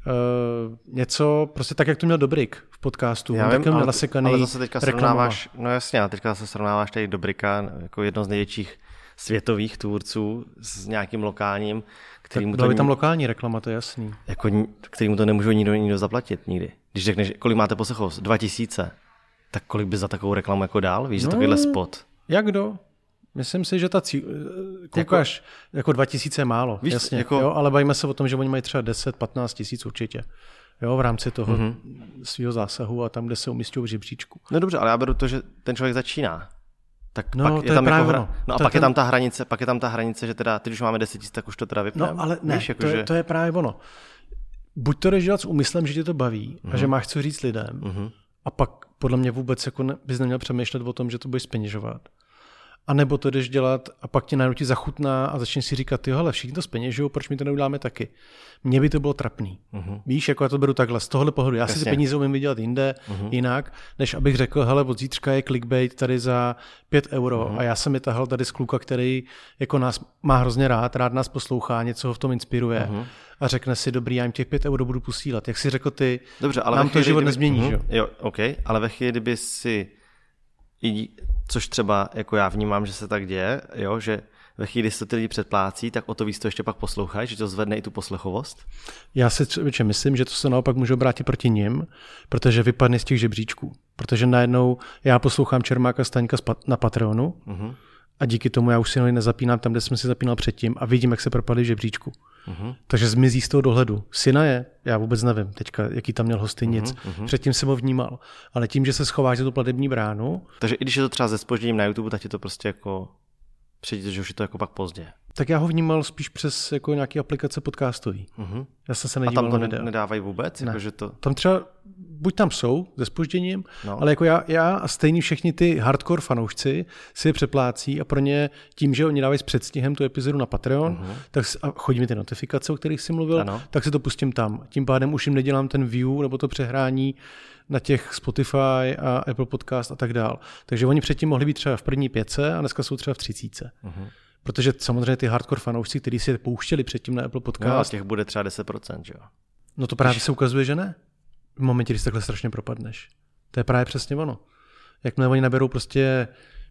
S2: něco, prostě tak, jak to měl Dobrik v podcastu.
S1: Já vím,
S2: měl nasekaný
S1: ale zase teďka srovnáváš, no jasně, ale teďka se srovnáváš tady Dobrika jako jedno z největších světových tvůrců s nějakým lokálním, kterýmu
S2: to... tam lokální reklama, to je jasný.
S1: Jako, kterýmu to nemůžu nikdo zaplatit nikdy. Když řekneš, kolik máte poslechovost? 2000. Tak kolik by za takovou reklamu jako dál? Víš, za takovýhle spot.
S2: Jak kdo? Myslím si, že ta koukáš, jako 2000 je málo, víš, jasně, jako... jo, ale bavíme se o tom, že oni mají třeba 10-15 tisíc určitě. Jo, v rámci toho svého zásahu a tam, kde se umísťují v žebříčku.
S1: No dobře, ale já beru to, že ten člověk začíná. Tak pak je tam jako pak je tam ta hranice, že teda teď už máme 10 000, tak už to teda vypneme.
S2: No ale ne, víš, jako, to je právě ono. Buď to jdeš dělat s úmyslem, že tě to baví a že máš co říct lidem a pak podle mě vůbec jako bys neměl přemýšlet o tom, že to budeš zpeněžovat. A nebo to jdeš dělat a pak tě najednou ti zachutná a začneš si říkat, ty hele, všichni to zpeněžují, proč mi to neuděláme taky? Mně by to bylo trapný. Víš, jako já to beru takhle, z tohohle pohledu. Já si ty peníze umím vydělat jinde, jinak, než abych řekl, hele, od zítřka je clickbait tady za 5 euro a já jsem je tahal tady z kluka, který jako nás má hrozně rád nás poslouchá, něco ho v tom inspiruje a řekne si, dobrý, já jim těch 5 euro budu posílat. Jak si řekl ty,
S1: dobře, ale
S2: nám to život nezmění.
S1: Jo, OK, ale ve chvíli, kdyby si což třeba jako já vnímám, že se tak děje, jo, že ve chvíli, kdy se ty lidi předplácí, tak o to víc to ještě pak poslouchají, že to zvedne i tu poslechovost? Já si
S2: myslím, že to se naopak může obrátit proti nim, protože vypadne z těch žebříčků. Protože najednou já poslouchám Čermáka Staňka na Patreonu a díky tomu já už si ho nezapínám tam, kde jsem si zapínal předtím a vidím, jak se propadly v žebříčku. Takže zmizí z toho dohledu. Syna je, já vůbec nevím teďka, jaký tam měl hosty, nic. Předtím jsem ho vnímal. Ale tím, že se schováš za tu platební bránu...
S1: Takže i když je to třeba se zpožděním na YouTube, tak ti to prostě jako... Přijde, že už je to jako pak pozdě.
S2: Tak já ho vnímal spíš přes jako nějaký aplikace podcastový. Já jsem se nedíval.
S1: A tam to nedávají vůbec?
S2: Ne.
S1: Jako, že to...
S2: Tam třeba, buď tam jsou se zpožděním, ale jako já a stejně všichni ty hardcore fanoušci si je přeplácí a pro ně tím, že oni dávají s předstihem tu epizodu na Patreon, tak a chodí mi ty notifikace, o kterých jsi mluvil, tak si to pustím tam. Tím pádem už jim nedělám ten view nebo to přehrání na těch Spotify a Apple Podcast a tak dál. Takže oni předtím mohli být třeba v první 5 a dneska jsou třeba v 30. Protože samozřejmě ty hardcore fanoušci, kteří si je pouštěli předtím na Apple Podcast.
S1: No a těch bude třeba 10%, že jo?
S2: No to právě se ukazuje, že ne. V momentě, kdy si takhle strašně propadneš. To je právě přesně ono. Jakmile oni naberou prostě...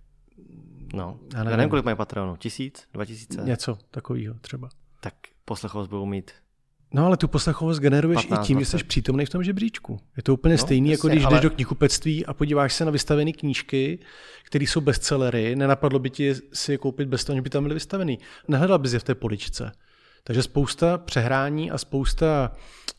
S1: No, já nevím, kolik mají Patreonu. 1000, 2000?
S2: Něco takového třeba.
S1: Tak poslechovost budou mít
S2: No ale tu poslechovost generuješ 15, i tím, že jsi přítomnej v tom žebříčku. Je to úplně stejný, jako když jdeš do knihkupectví a podíváš se na vystavené knížky, které jsou bestsellery, nenapadlo by ti si je koupit bez toho, že by tam byly vystavený. Nehledal bys je v té poličce. Takže spousta přehrání a spousta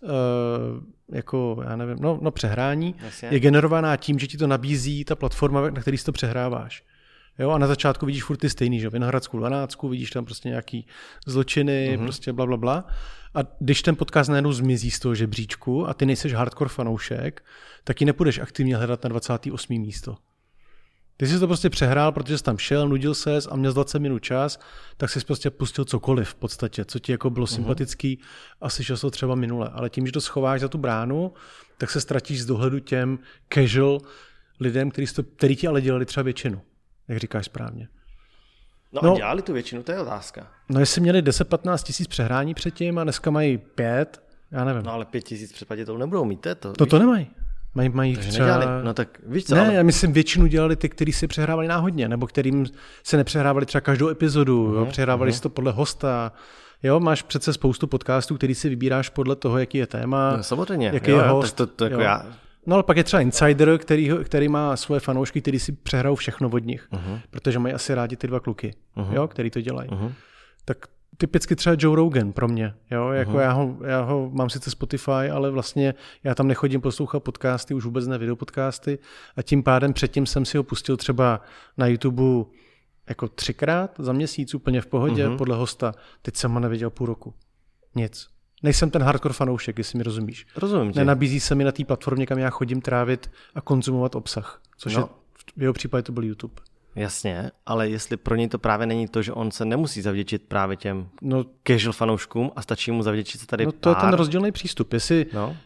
S2: přehrání je generovaná tím, že ti to nabízí ta platforma, na který si to přehráváš. Jo, a na začátku vidíš furt ty stejný, že Vinohradskou 12, vidíš tam prostě nějaký zločiny, prostě blablabla. A když ten podcast najednou zmizí z toho žebříčku a ty nejseš hardcore fanoušek, tak ji nepůjdeš aktivně hledat na 28. místo. Ty jsi to prostě přehrál, protože jsi tam šel, nudil ses a měl 20 minut čas, tak jsi prostě pustil cokoliv v podstatě, co ti jako bylo sympatický a slyšel to třeba minule. Ale tím, že to schováš za tu bránu, tak se ztratíš z dohledu těm casual lidem, který ti ale dělali třeba většinu, jak říkáš správně.
S1: No a dělali tu většinu, to je otázka.
S2: No jestli měli 10-15 tisíc přehrání předtím a dneska mají 5, já nevím.
S1: No ale 5 tisíc předplatitelů nebudou mít, to.
S2: To nemají. Mají třeba...
S1: nedělali. No tak víš co,
S2: ne,
S1: ale...
S2: já myslím většinu dělali ty, kteří si přehrávali náhodně, nebo kterým se nepřehrávali třeba každou epizodu, jo? Přehrávali si to podle hosta. Jo, máš přece spoustu podcastů, který si vybíráš podle toho, jaký je téma.
S1: No, samozřejmě.
S2: Jaký je host.
S1: Tak to jako já...
S2: No ale pak je třeba Insider, který má svoje fanoušky, který si přehrajou všechno od nich, protože mají asi rádi ty dva kluky, jo, který to dělají. Tak typicky třeba Joe Rogan pro mě, jo, jako já ho mám sice Spotify, ale vlastně já tam nechodím poslouchat podcasty, už vůbec ne videopodcasty a tím pádem předtím jsem si ho pustil třeba na YouTube jako 3krát za měsíc úplně v pohodě podle hosta. Teď jsem ho neviděl půl roku. Nic. Nejsem ten hardcore fanoušek, jestli mi rozumíš.
S1: Rozumím tě.
S2: Nenabízí se mi na té platformě, kam já chodím trávit a konzumovat obsah, což je v jeho případě to byl YouTube.
S1: Jasně, ale jestli pro něj to právě není to, že on se nemusí zavděčit právě těm casual fanouškům a stačí mu zavděčit se tady
S2: to je ten rozdílný přístup. Jestli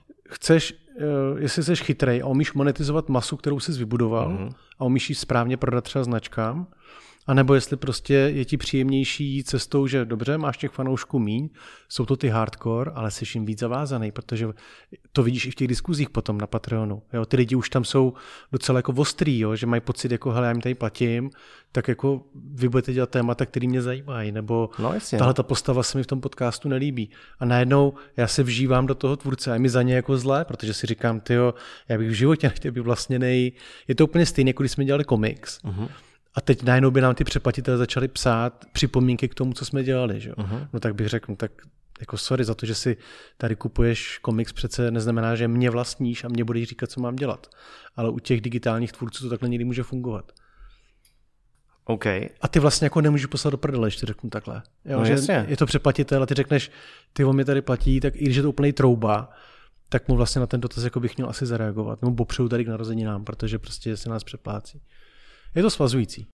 S2: jsi chytrej a umíš monetizovat masu, kterou jsi vybudoval a umíš ji správně prodat třeba značkám, a nebo jestli prostě je ti příjemnější cestou, že dobře, máš těch fanoušků míň, jsou to ty hardcore, ale jsi jim víc zavázaný, protože to vidíš i v těch diskuzích potom na Patreonu. Jo? Ty lidi už tam jsou docela jako ostrý, jo? Že mají pocit, jako hele, já jim tady platím, tak jako vy budete dělat témata, který mě zajímají, nebo tahle ta postava se mi v tom podcastu nelíbí. A najednou já se vžívám do toho tvůrce a je mi za ně jako zlé, protože si říkám, tyjo, já bych v životě nechtěl být vlastněnej. Je to úplně stejné, jako když jsme dělali komiks. A teď najednou by nám ty přeplatitelé začali psát připomínky k tomu, co jsme dělali. Že? No tak bych řekl, tak jako sorry za to, že si tady kupuješ komiks, přece neznamená, že mě vlastníš a mě budeš říkat, co mám dělat. Ale u těch digitálních tvůrců to takhle někdy může fungovat.
S1: Okay.
S2: A ty vlastně jako nemůžeš poslat do prdele, když ti řeknu takhle. Jo,
S1: no,
S2: že
S1: jasně.
S2: Je to přeplatitel a ty řekneš, ty on mi tady platí, tak i když je to úplnej trouba, tak mu vlastně na ten dotaz jako bych měl asi zareagovat. Nebo popřeju tady k narozeninám, protože prostě se nás přeplácí. Je to svazující.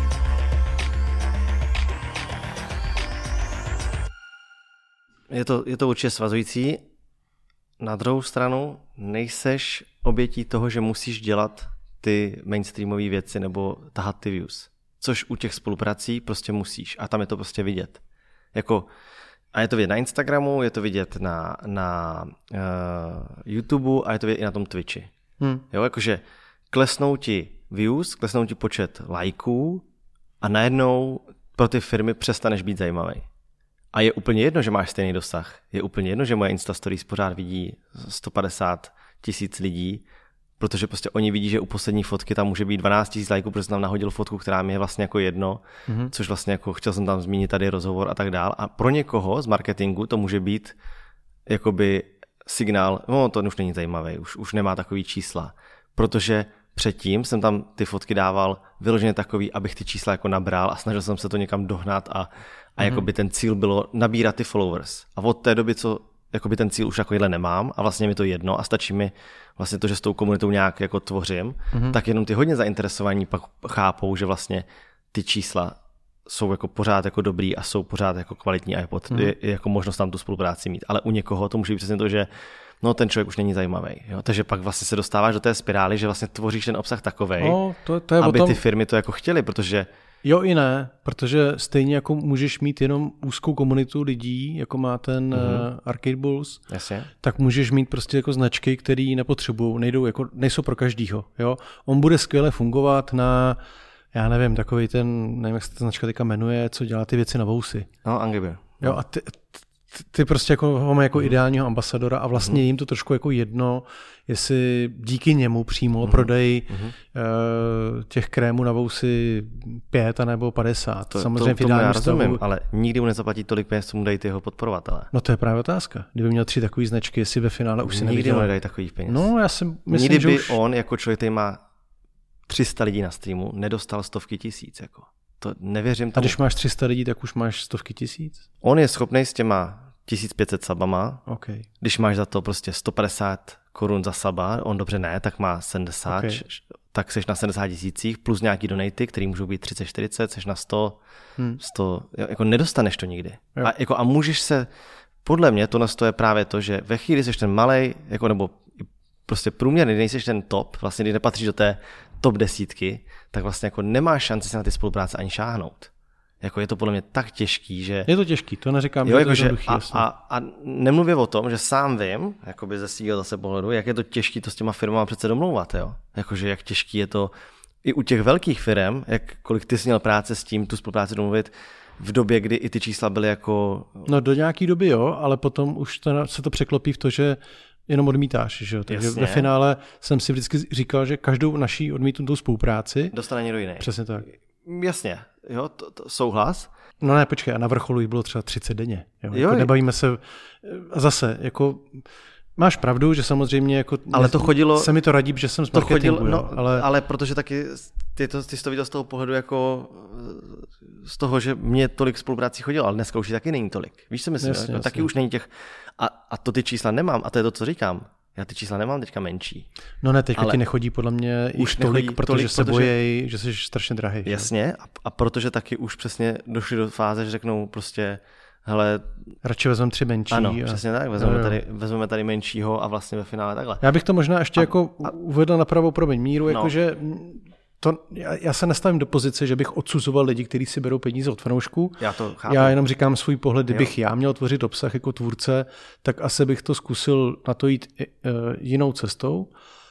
S1: Je to určitě svazující. Na druhou stranu nejseš obětí toho, že musíš dělat ty mainstreamové věci nebo tahat ty views. Což u těch spoluprací prostě musíš. A tam je to prostě vidět. A je to vidět na Instagramu, je to vidět na YouTube a je to vidět i na tom Twitchi. Jo, jakože klesnou ti views, klesnou ti počet lajků a najednou pro ty firmy přestaneš být zajímavý. A je úplně jedno, že máš stejný dosah. Je úplně jedno, že moje Insta Stories pořád vidí 150 000 lidí, protože prostě oni vidí, že u poslední fotky tam může být 12 000 lajků, protože jsem tam nahodil fotku, která mi je vlastně jako jedno, což vlastně jako chtěl jsem tam zmínit tady rozhovor a tak dál. A pro někoho z marketingu to může být jakoby signál, no to už není zajímavý, už nemá takový čísla, protože předtím jsem tam ty fotky dával vyloženě takový, abych ty čísla jako nabral a snažil jsem se to někam dohnat a jakoby ten cíl bylo nabírat ty followers. A od té doby, co jakoby ten cíl už takovýhle nemám a vlastně mi to jedno a stačí mi vlastně to, že s tou komunitou nějak jako tvořím, tak jenom ty hodně zainteresovaní pak chápou, že vlastně ty čísla jsou jako pořád jako dobrý a jsou pořád jako kvalitní a je jako možnost tam tu spolupráci mít. Ale u někoho to může být přesně to, že no ten člověk už není zajímavý. Jo? Takže pak vlastně se dostáváš do té spirály, že vlastně tvoříš ten obsah takovej, aby ty firmy to jako chtěly, protože
S2: jo i ne, protože stejně jako můžeš mít jenom úzkou komunitu lidí, jako má ten Arcade Bulls, tak můžeš mít prostě jako značky, které nepotřebují, nejsou pro každýho. Jo? On bude skvěle fungovat na, já nevím, takový ten, nevím, jak se ta značka teďka jmenuje, co dělá ty věci na vousy.
S1: No, Angry Bear.
S2: Jo, a ty prostě jako ho mají jako ideálního ambasadora a vlastně jim to trošku jako jedno, jestli díky němu přímo prodají těch krémů na vousy 5 nebo 50.
S1: Samozřejmě v ideálním stavu, ale nikdy mu nezaplatí tolik peněz, co mu dají ty jeho podporovatelé.
S2: No to je právě otázka. Kdyby měl 3 takové značky, jestli ve finále už si
S1: nevydělá. Nikdy mu nedají takových peněz. No, já si myslím, nikdy by on jako člověk, který má 300 lidí na streamu, nedostal stovky tisíc. Jako. To nevěřím tomu.
S2: A když máš 300 lidí, tak už máš stovky tisíc?
S1: On je schopný s těma 1500 subama.
S2: Okay.
S1: Když máš za to prostě 150 korun za suba, on dobře ne, tak má 70, tak seš na 70 tisících plus nějaký donaty, který můžou být 30-40, seš na 100, 100, jako nedostaneš to nikdy. A můžeš se, podle mě to je právě to, že ve chvíli seš ten malej, jako nebo prostě průměrný, nejseš ten top, vlastně když nepatříš do té top 10, tak vlastně jako nemáš šanci se na ty spolupráce ani šáhnout. Jako je to podle mě tak těžký, že...
S2: Je to těžký, to neříkám, že je to jednoduchý.
S1: A nemluvě o tom, že sám vím, jakoby ze svého zase pohledu, jak je to těžký to s těma firmama přece domlouvat, jo. Jakože jak těžký je to i u těch velkých firm, kolik ty jsi měl práce s tím, tu spolupráci domluvit v době, kdy i ty čísla byly jako...
S2: No do nějaký doby jo, ale potom už se to překlopí v to, že jenom odmítáš, že jo. Takže ve finále jsem si vždycky říkal, že každou naší odmítnutou spolupráci
S1: dostane někdo jiný.
S2: Přesně tak.
S1: Jasně, jo, to souhlas.
S2: No ne, počkej, a na vrcholu jich bylo třeba 30 denně. Jo? Jako nebavíme se, zase, jako máš pravdu, že samozřejmě jako
S1: ale to chodilo,
S2: se mi to radí, že jsem z marketingu.
S1: Ale protože taky ty jsi to viděl z toho pohledu jako z toho, že mě tolik spoluprací chodilo, ale dneska už taky není tolik. Víš, co myslím? Jasně. Taky už není těch, a to ty čísla nemám, a to je to, co říkám. Já ty čísla nemám teďka menší.
S2: No ne, teďka ti nechodí podle mě už tolik, protože se bojí, že jsi strašně drahý.
S1: Jasně, a protože taky už přesně došli do fáze, že řeknou prostě, hele...
S2: Radši vezmeme 3 menší.
S1: Ano, přesně tak, vezmeme tady menšího a vlastně ve finále takhle.
S2: Já bych to možná ještě uvedl na pravou míru, jakože... Já se nestavím do pozice, že bych odsuzoval lidi, kteří si berou peníze od fanoušků. Já jenom říkám svůj pohled, kdybych já měl tvořit obsah jako tvůrce, tak asi bych to zkusil na to jít jinou cestou.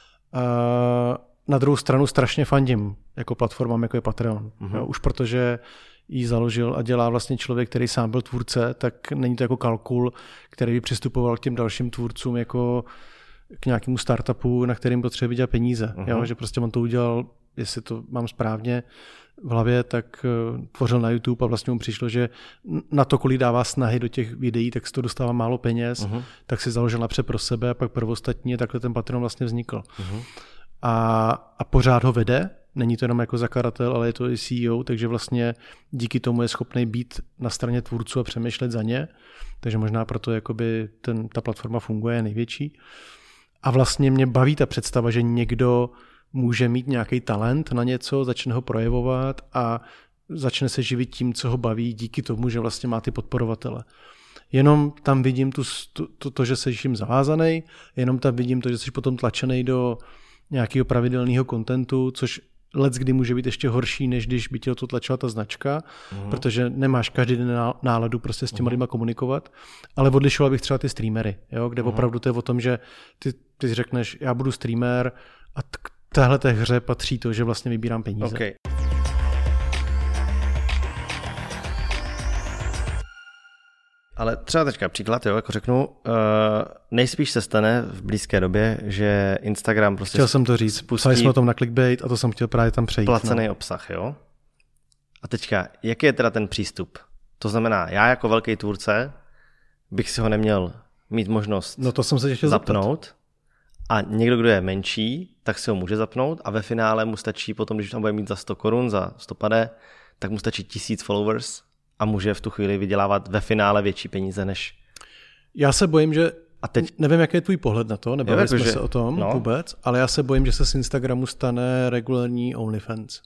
S2: Na druhou stranu strašně fandím jako platformám, jako je Patreon. Jo, už protože ji založil a dělá vlastně člověk, který sám byl tvůrce, tak není to jako kalkul, který by přistupoval k těm dalším tvůrcům jako k nějakému startupu, na kterým potřebuje vydělat peníze. Jo, že prostě on to udělal, jestli to mám správně v hlavě, tak tvořil na YouTube a vlastně mu přišlo, že na to, kolik dává snahy do těch videí, tak z toho dostává málo peněz, tak si založil napřed pro sebe a pak pro ostatní a takhle ten Patreon vlastně vznikl. A pořád ho vede, není to jenom jako zakladatel, ale je to i CEO, takže vlastně díky tomu je schopný být na straně tvůrců a přemýšlet za ně, takže možná proto jakoby ta platforma funguje, je největší. A vlastně mě baví ta představa, že někdo může mít nějaký talent na něco, začne ho projevovat a začne se živit tím, co ho baví, díky tomu, že vlastně má ty podporovatele. Jenom tam vidím to, že jsi jim zavázaný, jenom tam vidím to, že jsi potom tlačený do nějakého pravidelného kontentu, což leckdy může být ještě horší, než když by tě to tlačila ta značka, protože nemáš každý den náladu prostě s těma lidma komunikovat, ale odlišoval bych třeba ty streamery, jo, kde opravdu to je o tom, že ty řekneš, já budu streamer a k téhleté hře patří to, že vlastně vybírám peníze.
S1: Okay. Ale třeba teďka příklad, jo, jako řeknu, nejspíš se stane v blízké době, že Instagram prostě...
S2: Chtěl jsem to říct, psali jsme o tom na Clickbait a to jsem chtěl právě tam přejít.
S1: Placený obsah, jo. A teďka, jaký je teda ten přístup? To znamená, já jako velký tvůrce bych si ho neměl mít možnost
S2: to jsem se chtěl
S1: zapnout a někdo, kdo je menší, tak si ho může zapnout a ve finále mu stačí potom, když tam bude mít za 100 korun, za 150, tak mu stačí 1000 followers a může v tu chvíli vydělávat ve finále větší peníze než...
S2: Já se bojím, že... A teď nevím, jaký je tvůj pohled na to, nebavili jsme se o tom vůbec, ale já se bojím, že se z Instagramu stane regulární OnlyFans.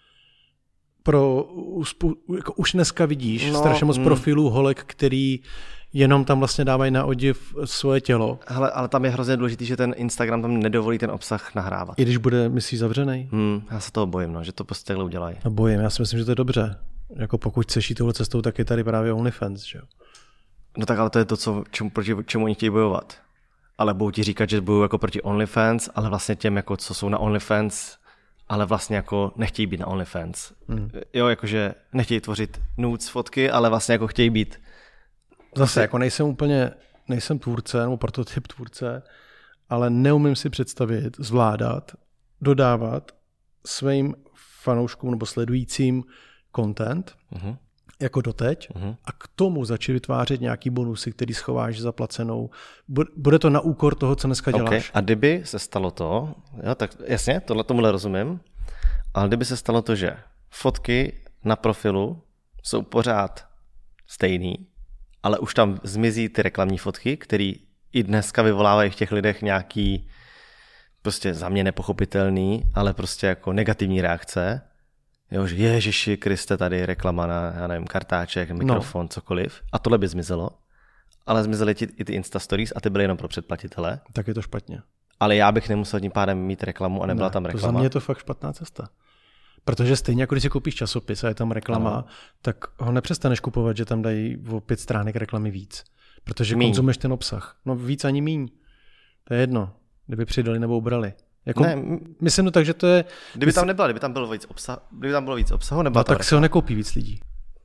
S2: Jako už dneska vidíš strašně moc profilů holek, který jenom tam vlastně dávají na odiv svoje tělo.
S1: Hele, ale tam je hrozně důležitý, že ten Instagram tam nedovolí ten obsah nahrávat.
S2: I když bude, myslíš, zavřenej?
S1: Já se toho bojím, že to prostě takhle udělají.
S2: A bojím, já si myslím, že to je dobře. Jako pokud chceš jít touhle cestou, tak je tady právě OnlyFans, že jo?
S1: No tak ale to je to, proti čemu oni chtějí bojovat. Ale budou ti říkat, že bojují jako proti OnlyFans, ale vlastně těm, jako co jsou na OnlyFans, ale vlastně jako nechtějí být na OnlyFans. Jo, jakože nechtějí tvořit nudes fotky, ale vlastně jako chtějí být
S2: Zase, jako nejsem tvůrce, nebo prototyp tvůrce, ale neumím si představit, zvládat, dodávat svým fanouškům nebo sledujícím content, jako doteď, a k tomu začít vytvářet nějaký bonusy, který schováš za placenou. Bude to na úkor toho, co dneska děláš.
S1: Okay. A kdyby se stalo to, jo, tak jasně, tomuhle rozumím, ale kdyby se stalo to, že fotky na profilu jsou pořád stejný, ale už tam zmizí ty reklamní fotky, které i dneska vyvolávají v těch lidech nějaký prostě za mě nepochopitelný, ale prostě jako negativní reakce. Jo, že Ježiši Kriste, tady reklama na, já nevím, kartáček, mikrofon, cokoliv. A tohle by zmizelo. Ale zmizely i ty Insta Stories a ty byly jenom pro předplatitele.
S2: Tak je to špatně.
S1: Ale já bych nemusel tím pádem mít reklamu a nebyla tam reklama.
S2: Za mě je to fakt špatná cesta. Protože stejně jako když si koupíš časopis a je tam reklama, tak ho nepřestaneš kupovat, že tam dají o 5 stránek reklamy víc. Protože konzumuješ ten obsah. No víc ani míň. To je jedno. Kdyby přidali nebo ubrali. Jako, myslím to tak, že to je...
S1: Kdyby tam bylo víc obsahu, nebyla
S2: tak si ho nekoupí víc lidí.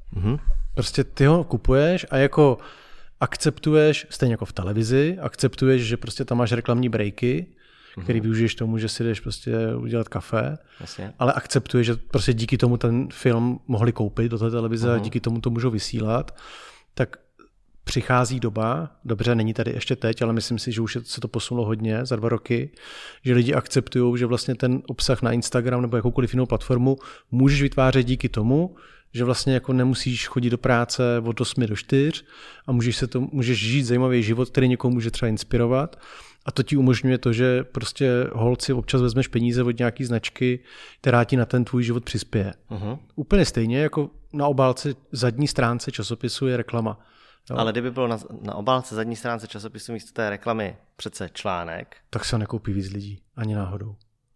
S2: Prostě ty ho kupuješ a jako akceptuješ, stejně jako v televizi, akceptuješ, že prostě tam máš reklamní breaky, který využiješ tomu, že si jdeš prostě udělat kafe, ale akceptuješ, že prostě díky tomu ten film mohli koupit do té televize a díky tomu to můžou vysílat, tak přichází doba, dobře, není tady ještě teď, ale myslím si, že už se to posunulo hodně za 2 roky, že lidi akceptují, že vlastně ten obsah na Instagram nebo jakoukoliv jinou platformu můžeš vytvářet díky tomu, že vlastně jako nemusíš chodit do práce od 8 do 4 a můžeš žít zajímavý život, který někoho může třeba inspirovat. A to ti umožňuje to, že prostě holci občas vezmeš peníze od nějaký značky, která ti na ten tvůj život přispěje. Úplně stejně jako na obálce zadní stránce časopisu je reklama. Jo.
S1: Ale kdyby bylo na obálce zadní stránce časopisu místo té reklamy přece článek,
S2: tak se nekoupí víc lidí. Ani náhodou.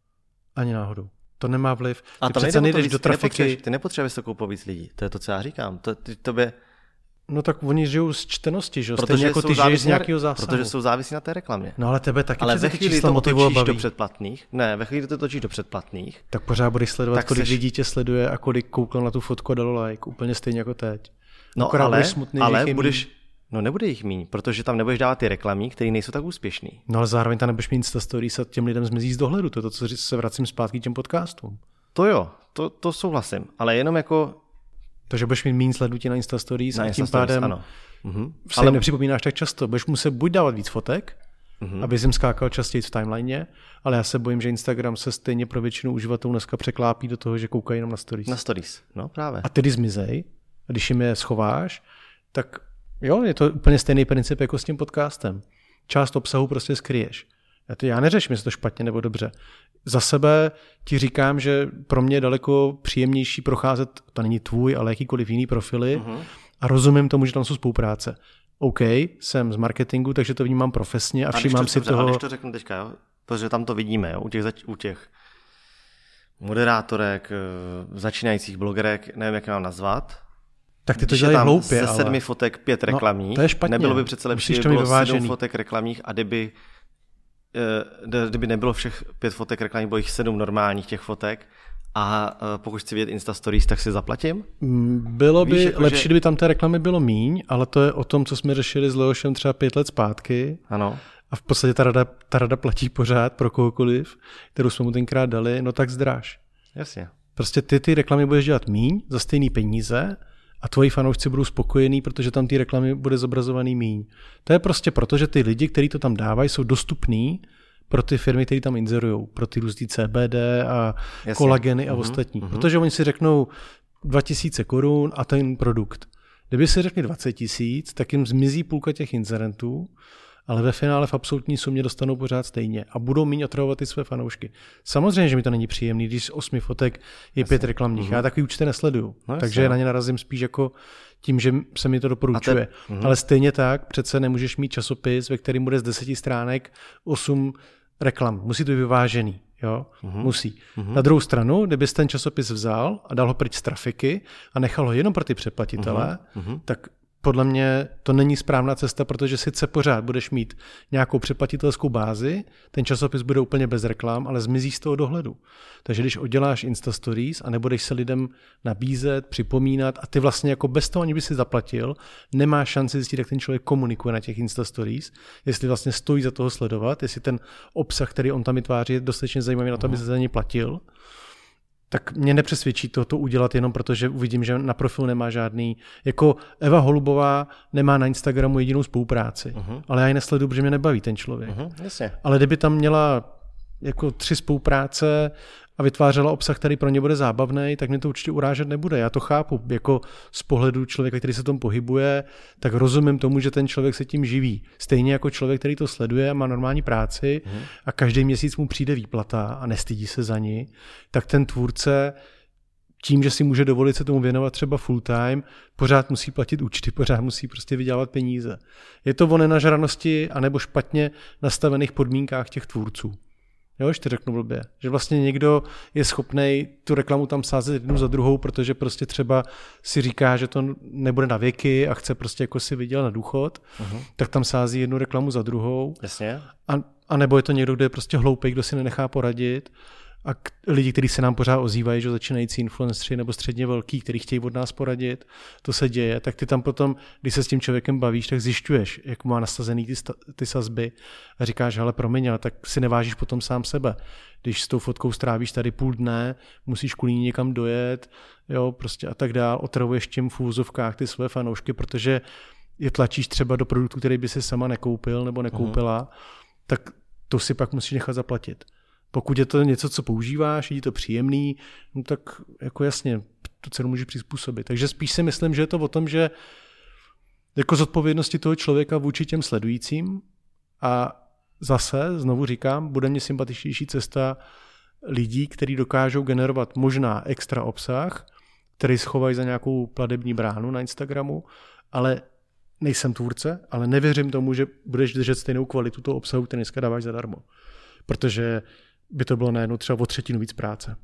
S2: Ani náhodou. To nemá vliv.
S1: A ty přece nejdeš do trafiky. Ty nepotřebuješ to koupit víc lidí. To je to, co já říkám. Tobě...
S2: No tak oni žijou z čtenosti, že? Stejně jako ty žiješ z nějakého zásahu.
S1: Protože jsou závislí na té reklamě.
S2: No ale tebe taky.
S1: Ale ve chvíli to otočíš do předplatných. Ne, ve chvíli to točíš do předplatných.
S2: Tak pořád budeš sledovat, kolik lidí tě sleduje a kolik koukal na tu fotku a dalo like. Úplně stejně jako teď.
S1: No ale budeš... No nebude jich míň, protože tam nebudeš dávat ty reklamy, které nejsou tak úspěšný.
S2: No ale zároveň tam nebudeš mít Insta Stories a těm lidem zmizí z dohledu. To je to, co se vracím zpátky k těm podcastům.
S1: To jo, to souhlasím, ale jenom jako...
S2: Takže budeš mít míň sledutí na Insta Stories a tím pádem
S1: ano.
S2: Ale nepřipomínáš tak často. Budeš muset buď dávat víc fotek, aby jim skákal častěji v timeline, ale já se bojím, že Instagram se stejně pro většinu uživatelů dneska překlápí do toho, že koukají jenom na stories.
S1: Na stories, no právě.
S2: A tedy zmizej, a když jim je schováš, tak jo, je to úplně stejný princip jako s tím podcastem. Část obsahu prostě skryješ. Já neřeším, jestli to špatně nebo dobře. Za sebe ti říkám, že pro mě je daleko příjemnější procházet, to není tvůj, ale jakýkoliv jiný profily a rozumím tomu, že tam jsou spolupráce. OK, jsem z marketingu, takže to vnímám profesně a všímám si toho...
S1: A když to řeknu teďka, jo? Protože tam to vidíme, jo? U těch moderátorek, začínajících blogerek, nevím, jak je mám nazvat.
S2: Tak ty to dělají hloupě,
S1: ze 7 fotek 5 reklamních.
S2: No, to je špatně.
S1: Nebylo by přece lepší, kdyby bylo 7 fotek reklamních a kdyby nebylo všech 5 fotek reklamních, bylo jich 7 normálních těch fotek a pokud chci vidět Insta Stories, tak si zaplatím?
S2: Bylo by jako lepší, kdyby tam té reklamy bylo míň, ale to je o tom, co jsme řešili s Leošem třeba 5 let zpátky.
S1: Ano.
S2: A v podstatě ta rada platí pořád pro kohokoliv, kterou jsme mu tenkrát dali, no tak zdráž.
S1: Jasně.
S2: Prostě ty reklamy budeš dělat míň za stejný peníze a tvoji fanoušci budou spokojení, protože tam ty reklamy bude zobrazovaný míň. To je prostě proto, že ty lidi, kteří to tam dávají, jsou dostupní pro ty firmy, které tam inzerujou, pro ty různý CBD a kolageny a ostatní. Protože oni si řeknou 2000 korun a ten produkt. Kdyby si řekli 20 000, tak jim zmizí půlka těch inzerentů, ale ve finále v absolutní sumě dostanou pořád stejně a budou míň otravovat ty své fanoušky. Samozřejmě, že mi to není příjemný, když z 8 fotek je 5 reklamních. Já takový účty nesleduju, takže na ně narazím spíš jako tím, že se mi to doporučuje. Ale stejně tak přece nemůžeš mít časopis, ve kterém bude z 10 stránek 8 reklam. Musí to být vyvážený. Jo? Musí. Na druhou stranu, kdybys ten časopis vzal a dal ho pryč z trafiky a nechal ho jenom pro ty předplatitele, tak podle mě to není správná cesta, protože sice pořád budeš mít nějakou předplatitelskou bázi, ten časopis bude úplně bez reklam, ale zmizí z toho dohledu. Takže když odděláš Insta Stories a nebudeš se lidem nabízet, připomínat a ty vlastně jako bez toho, ani by si zaplatil, nemáš šanci zjistit, jak ten člověk komunikuje na těch Insta Stories, jestli vlastně stojí za toho sledovat, jestli ten obsah, který on tam vytváří, je dostatečně zajímavý na to, aby se za něj platil, tak mě nepřesvědčí to udělat jenom proto, že uvidím, že na profilu nemá žádný, jako Eva Holubová nemá na Instagramu jedinou spolupráci, ale já ji nesleduju, protože mě nebaví ten člověk.
S1: Jasně.
S2: Ale kdyby tam měla jako 3 spolupráce a vytvářela obsah, který pro ně bude zábavný, tak mě to určitě urážet nebude. Já to chápu, jako z pohledu člověka, který se tom pohybuje, tak rozumím tomu, že ten člověk se tím živí. Stejně jako člověk, který to sleduje a má normální práci a každý měsíc mu přijde výplata a nestydí se za ní, tak ten tvůrce tím, že si může dovolit se tomu věnovat třeba full time, pořád musí platit účty, pořád musí prostě vydělávat peníze. Je to o nenažranosti anebo špatně nastavených podmínkách těch tvůrců. Jo, ještě řeknu blbě, že vlastně někdo je schopnej tu reklamu tam sázet jednu za druhou, protože prostě třeba si říká, že to nebude na věky a chce prostě jako si vydělat na důchod, tak tam sází jednu reklamu za druhou.
S1: Jasně.
S2: A nebo je to někdo, kdo je prostě hloupý, kdo si nenechá poradit. A lidi, kteří se nám pořád ozývají, že začínající influenceri nebo středně velký, kteří chtějí od nás poradit, to se děje, tak ty tam potom, když se s tím člověkem bavíš, tak zjišťuješ, jak má nastavený ty sazby a říkáš, hele promiň, ale tak si nevážíš potom sám sebe. Když s tou fotkou strávíš tady půl dne, musíš kvůli ní někam dojet, jo, prostě a tak dál, otravuješ tím v úvozovkách ty své fanoušky, protože je tlačíš třeba do produktu, který by si sama nekoupil nebo nekoupila, tak to si pak musíš nechat zaplatit. Pokud je to něco, co používáš, je to příjemný, no tak jako jasně, tu cenu můžeš přizpůsobit. Takže spíš si myslím, že je to o tom, že jako zodpovědnosti toho člověka vůči těm sledujícím a zase, znovu říkám, bude mně sympatičnější cesta lidí, kteří dokážou generovat možná extra obsah, který schovají za nějakou platební bránu na Instagramu, ale nejsem tvůrce, ale nevěřím tomu, že budeš držet stejnou kvalitu toho obsahu, který dneska dáváš zadarmo. Protože by to bylo najednou třeba o 1/3 víc práce.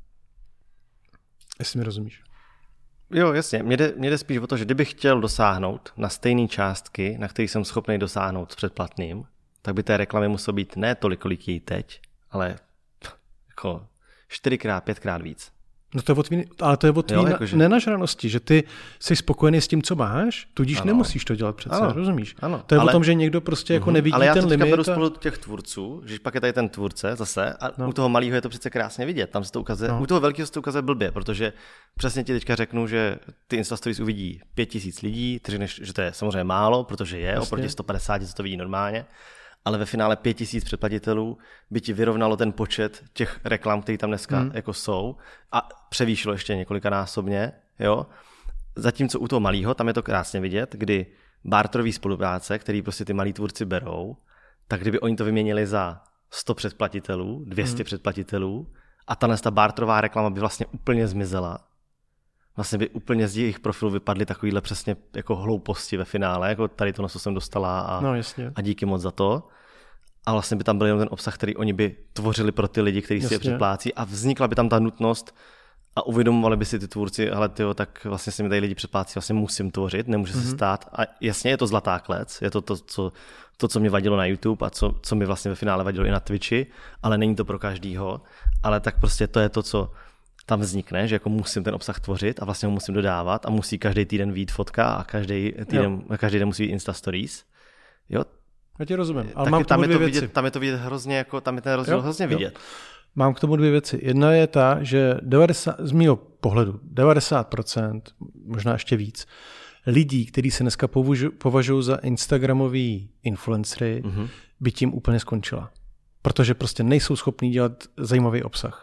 S2: Jestli mi rozumíš.
S1: Jo, jasně. Mně jde spíš o to, že kdybych chtěl dosáhnout na stejné částky, na který jsem schopný dosáhnout s předplatným, tak by té reklamy muselo být ne tolik, kolik je teď, ale jako 4x, 5x víc.
S2: No to je ale to je o tvý nenažranosti, že ty jsi spokojený s tím, co máš, tudíž nemusíš to dělat přece, rozumíš?
S1: Ano.
S2: To je o tom, že někdo prostě jako nevidí ten limit.
S1: Ale já to beru spolu těch tvůrců, že pak je tady ten tvůrce zase a u toho malého je to přece krásně vidět, tam se to ukazuje, u toho velkého se to ukazuje blbě, protože přesně ti teďka řeknu, že ty Insta Stories uvidí 5000 lidí, že to je samozřejmě málo, protože je oproti 150, co to vidí normálně. Ale ve finále 5000 předplatitelů by ti vyrovnalo ten počet těch reklam, které tam dneska jako jsou a převýšilo ještě několikanásobně, jo. Zatímco u toho malého, tam je to krásně vidět, kdy barterový spolupráce, který prostě ty malí tvůrci berou, tak kdyby oni to vyměnili za 100 předplatitelů, 200 předplatitelů a ta barterová reklama by vlastně úplně zmizela. Vlastně by úplně z jejich profilu vypadly takovýhle přesně jako hlouposti ve finále, jako tady to, co jsem dostala a díky moc za to. A vlastně by tam byl jenom ten obsah, který oni by tvořili pro ty lidi, kteří si je předplácí a vznikla by tam ta nutnost a uvědomovali by si ty tvůrci, ale tyjo, tak vlastně si mi tady lidi předplácí, vlastně musím tvořit, nemůže se stát. A jasně je to zlatá klec, je to, co mě vadilo na YouTube a co mi vlastně ve finále vadilo i na Twitchi, ale není to pro každýho. Ale tak prostě to je to, co tam vznikne, že jako musím ten obsah tvořit a vlastně ho musím dodávat a musí každý týden vyjít fotka a každý den musí být Insta Stories. Jo?
S2: Já ti rozumím, ale mám k tomu dvě věci.
S1: Tam je to vidět hrozně, jako tam je ten rozdíl hrozně vidět.
S2: Mám k tomu 2 věci. Jedna je ta, že z mýho pohledu 90%, možná ještě víc, lidí, kteří se dneska považují za instagramový influencery, by tím úplně skončila. Protože prostě nejsou schopní dělat zajímavý obsah.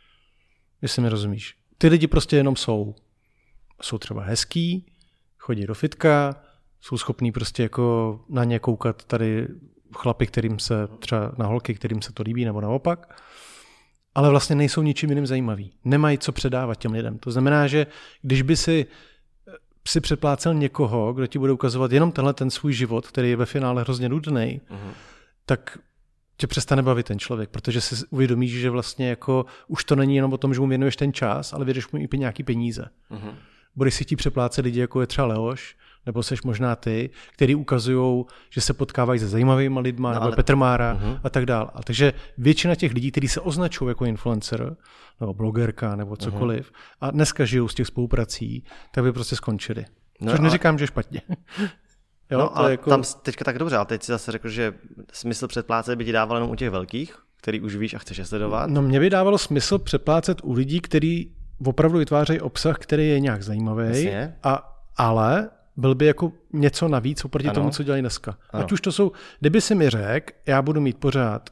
S2: Jestli mi rozumíš. Ty lidi prostě jenom jsou. Jsou třeba hezký, chodí do fitka, jsou schopní prostě jako na ně koukat tady chlapi, kterým se třeba na holky, kterým se to líbí, nebo naopak. Ale vlastně nejsou ničím jiným zajímaví. Nemají co předávat těm lidem. To znamená, že když by si předplácel někoho, kdo ti bude ukazovat jenom tenhle ten svůj život, který je ve finále hrozně nudný, tak tě přestane bavit ten člověk, protože si uvědomíš, že vlastně jako už to není jenom o tom, že mu věnuješ ten čas, ale věnuješ mu i nějaký peníze. Budeš si chtít přeplácet lidi, jako je třeba Leoš, nebo seš možná ty, který ukazují, že se potkávají se zajímavými lidma, nebo Petr Mára a tak dále. A takže většina těch lidí, kteří se označují jako influencer, nebo blogerka, nebo cokoliv, a dneska žijou z těch spoluprací, tak by prostě skončili. Což neříkám, že špatně. Jo,
S1: no ale jako... tam teďka tak dobře, ale teď si zase řekl, že smysl předplácet by ti dával jenom u těch velkých, který už víš a chceš je sledovat.
S2: No mě by dávalo smysl předplácet u lidí, kteří opravdu vytvářejí obsah, který je nějak zajímavý, ale byl by jako něco navíc oproti tomu, co dělají dneska. Ano. Ať už to jsou, kdyby si mi řekl, já budu mít pořád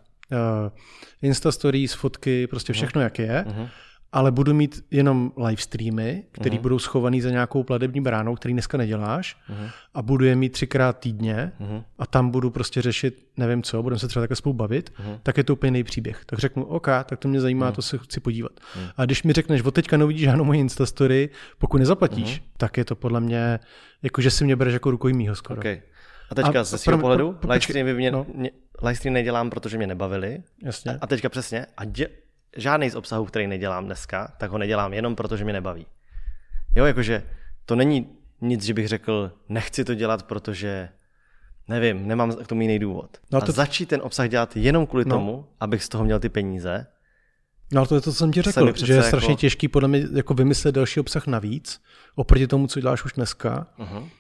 S2: Insta stories, fotky, prostě všechno, jak je, ale budu mít jenom live streamy, které budou schovaný za nějakou platební bránou, který dneska neděláš, a budu je mít 3x týdně a tam budu prostě řešit, nevím co, budeme se třeba takhle spolu bavit, tak je to úplně jiný příběh. Tak řeknu, OK, tak to mě zajímá, to se chci podívat. A když mi řekneš, od teďka neuvidíš žádnou moji Instastory, pokud nezaplatíš, tak je to podle mě, jako že si mě bereš jako rukojmího skoro.
S1: Okay. A teďka ze svého pohledu, livestream nedělám, protože mě nebavili.
S2: Jasně.
S1: A teďka přesně, žádný z obsahů, který nedělám dneska, tak ho nedělám jenom proto, že mě nebaví. Jo, jakože to není nic, že bych řekl, nechci to dělat, protože nevím, nemám k tomu jiný důvod. No a začít ten obsah dělat jenom kvůli tomu, abych z toho měl ty peníze.
S2: No ale to je to, co jsem ti řekl, že je strašně těžký podle mě jako vymyslet další obsah navíc, oproti tomu, co děláš už dneska,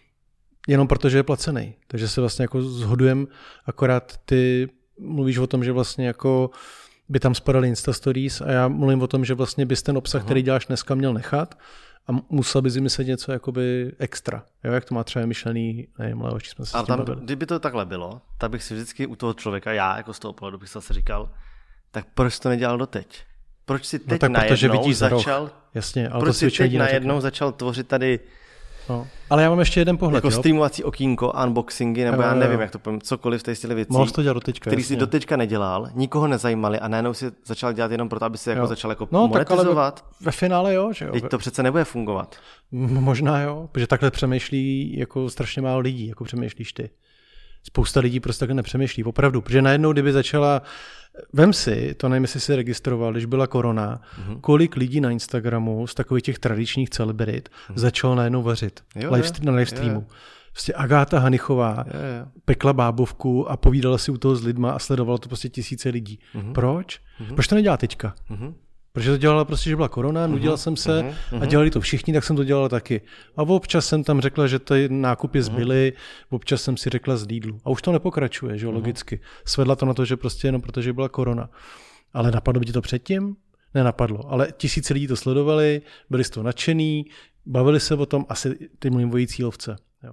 S2: jenom protože je placený. Takže se vlastně jako shodujeme, akorát ty mluvíš o tom, že vlastně jako by tam spadaly Insta Stories a já mluvím o tom, že vlastně bys ten obsah, který děláš dneska, měl nechat a musel bys vymyslet něco jakoby extra. Jo, jak to má třeba myšlený, nevím, ale jsme se s tím bavili.
S1: Kdyby to takhle bylo, tak bych si vždycky u toho člověka, já jako z toho pohledu bych se říkal, tak proč to nedělal doteď? Proč si teď najednou začal,
S2: jasně, ale
S1: proč si teď najednou začal tvořit tady
S2: No. Ale já mám ještě jeden pohled.
S1: Jako streamovací okýnko, unboxingy, nebo já nevím, jak to povím, cokoliv v té styli věcí,
S2: to dělat doteďka,
S1: který si doteďka nedělal, nikoho nezajímali a najednou si začal dělat jenom proto, aby si jako začal jako monetizovat.
S2: Tak ve finále jo, že jo.
S1: Teď to přece nebude fungovat.
S2: Možná jo, protože takhle přemýšlí jako strašně málo lidí, jako přemýšlíš ty. Spousta lidí prostě takhle nepřemýšlí, opravdu, protože najednou, kdyby začala, vem si, to nevím, jestli si registroval, když byla korona, kolik lidí na Instagramu z takových těch tradičních celebrit začalo najednou vařit na livestreamu. Prostě Agáta Hanichová pekla bábovku a povídala si u toho s lidma a sledovalo to prostě tisíce lidí. Proč? Proč to nedělá teďka? Protože to dělala prostě, že byla korona, nudila jsem se a dělali to všichni, tak jsem to dělala taky. A občas jsem tam řekla, že ty nákupy zbyly, občas jsem si řekla z Lidlu. A už to nepokračuje, že logicky. Svedla to na to, že prostě jenom protože byla korona. Ale napadlo by ti to předtím? Nenapadlo. Ale tisíce lidí to sledovali, byli z toho nadšený, bavili se o tom, asi ty mluvím o její cílovce. Jo.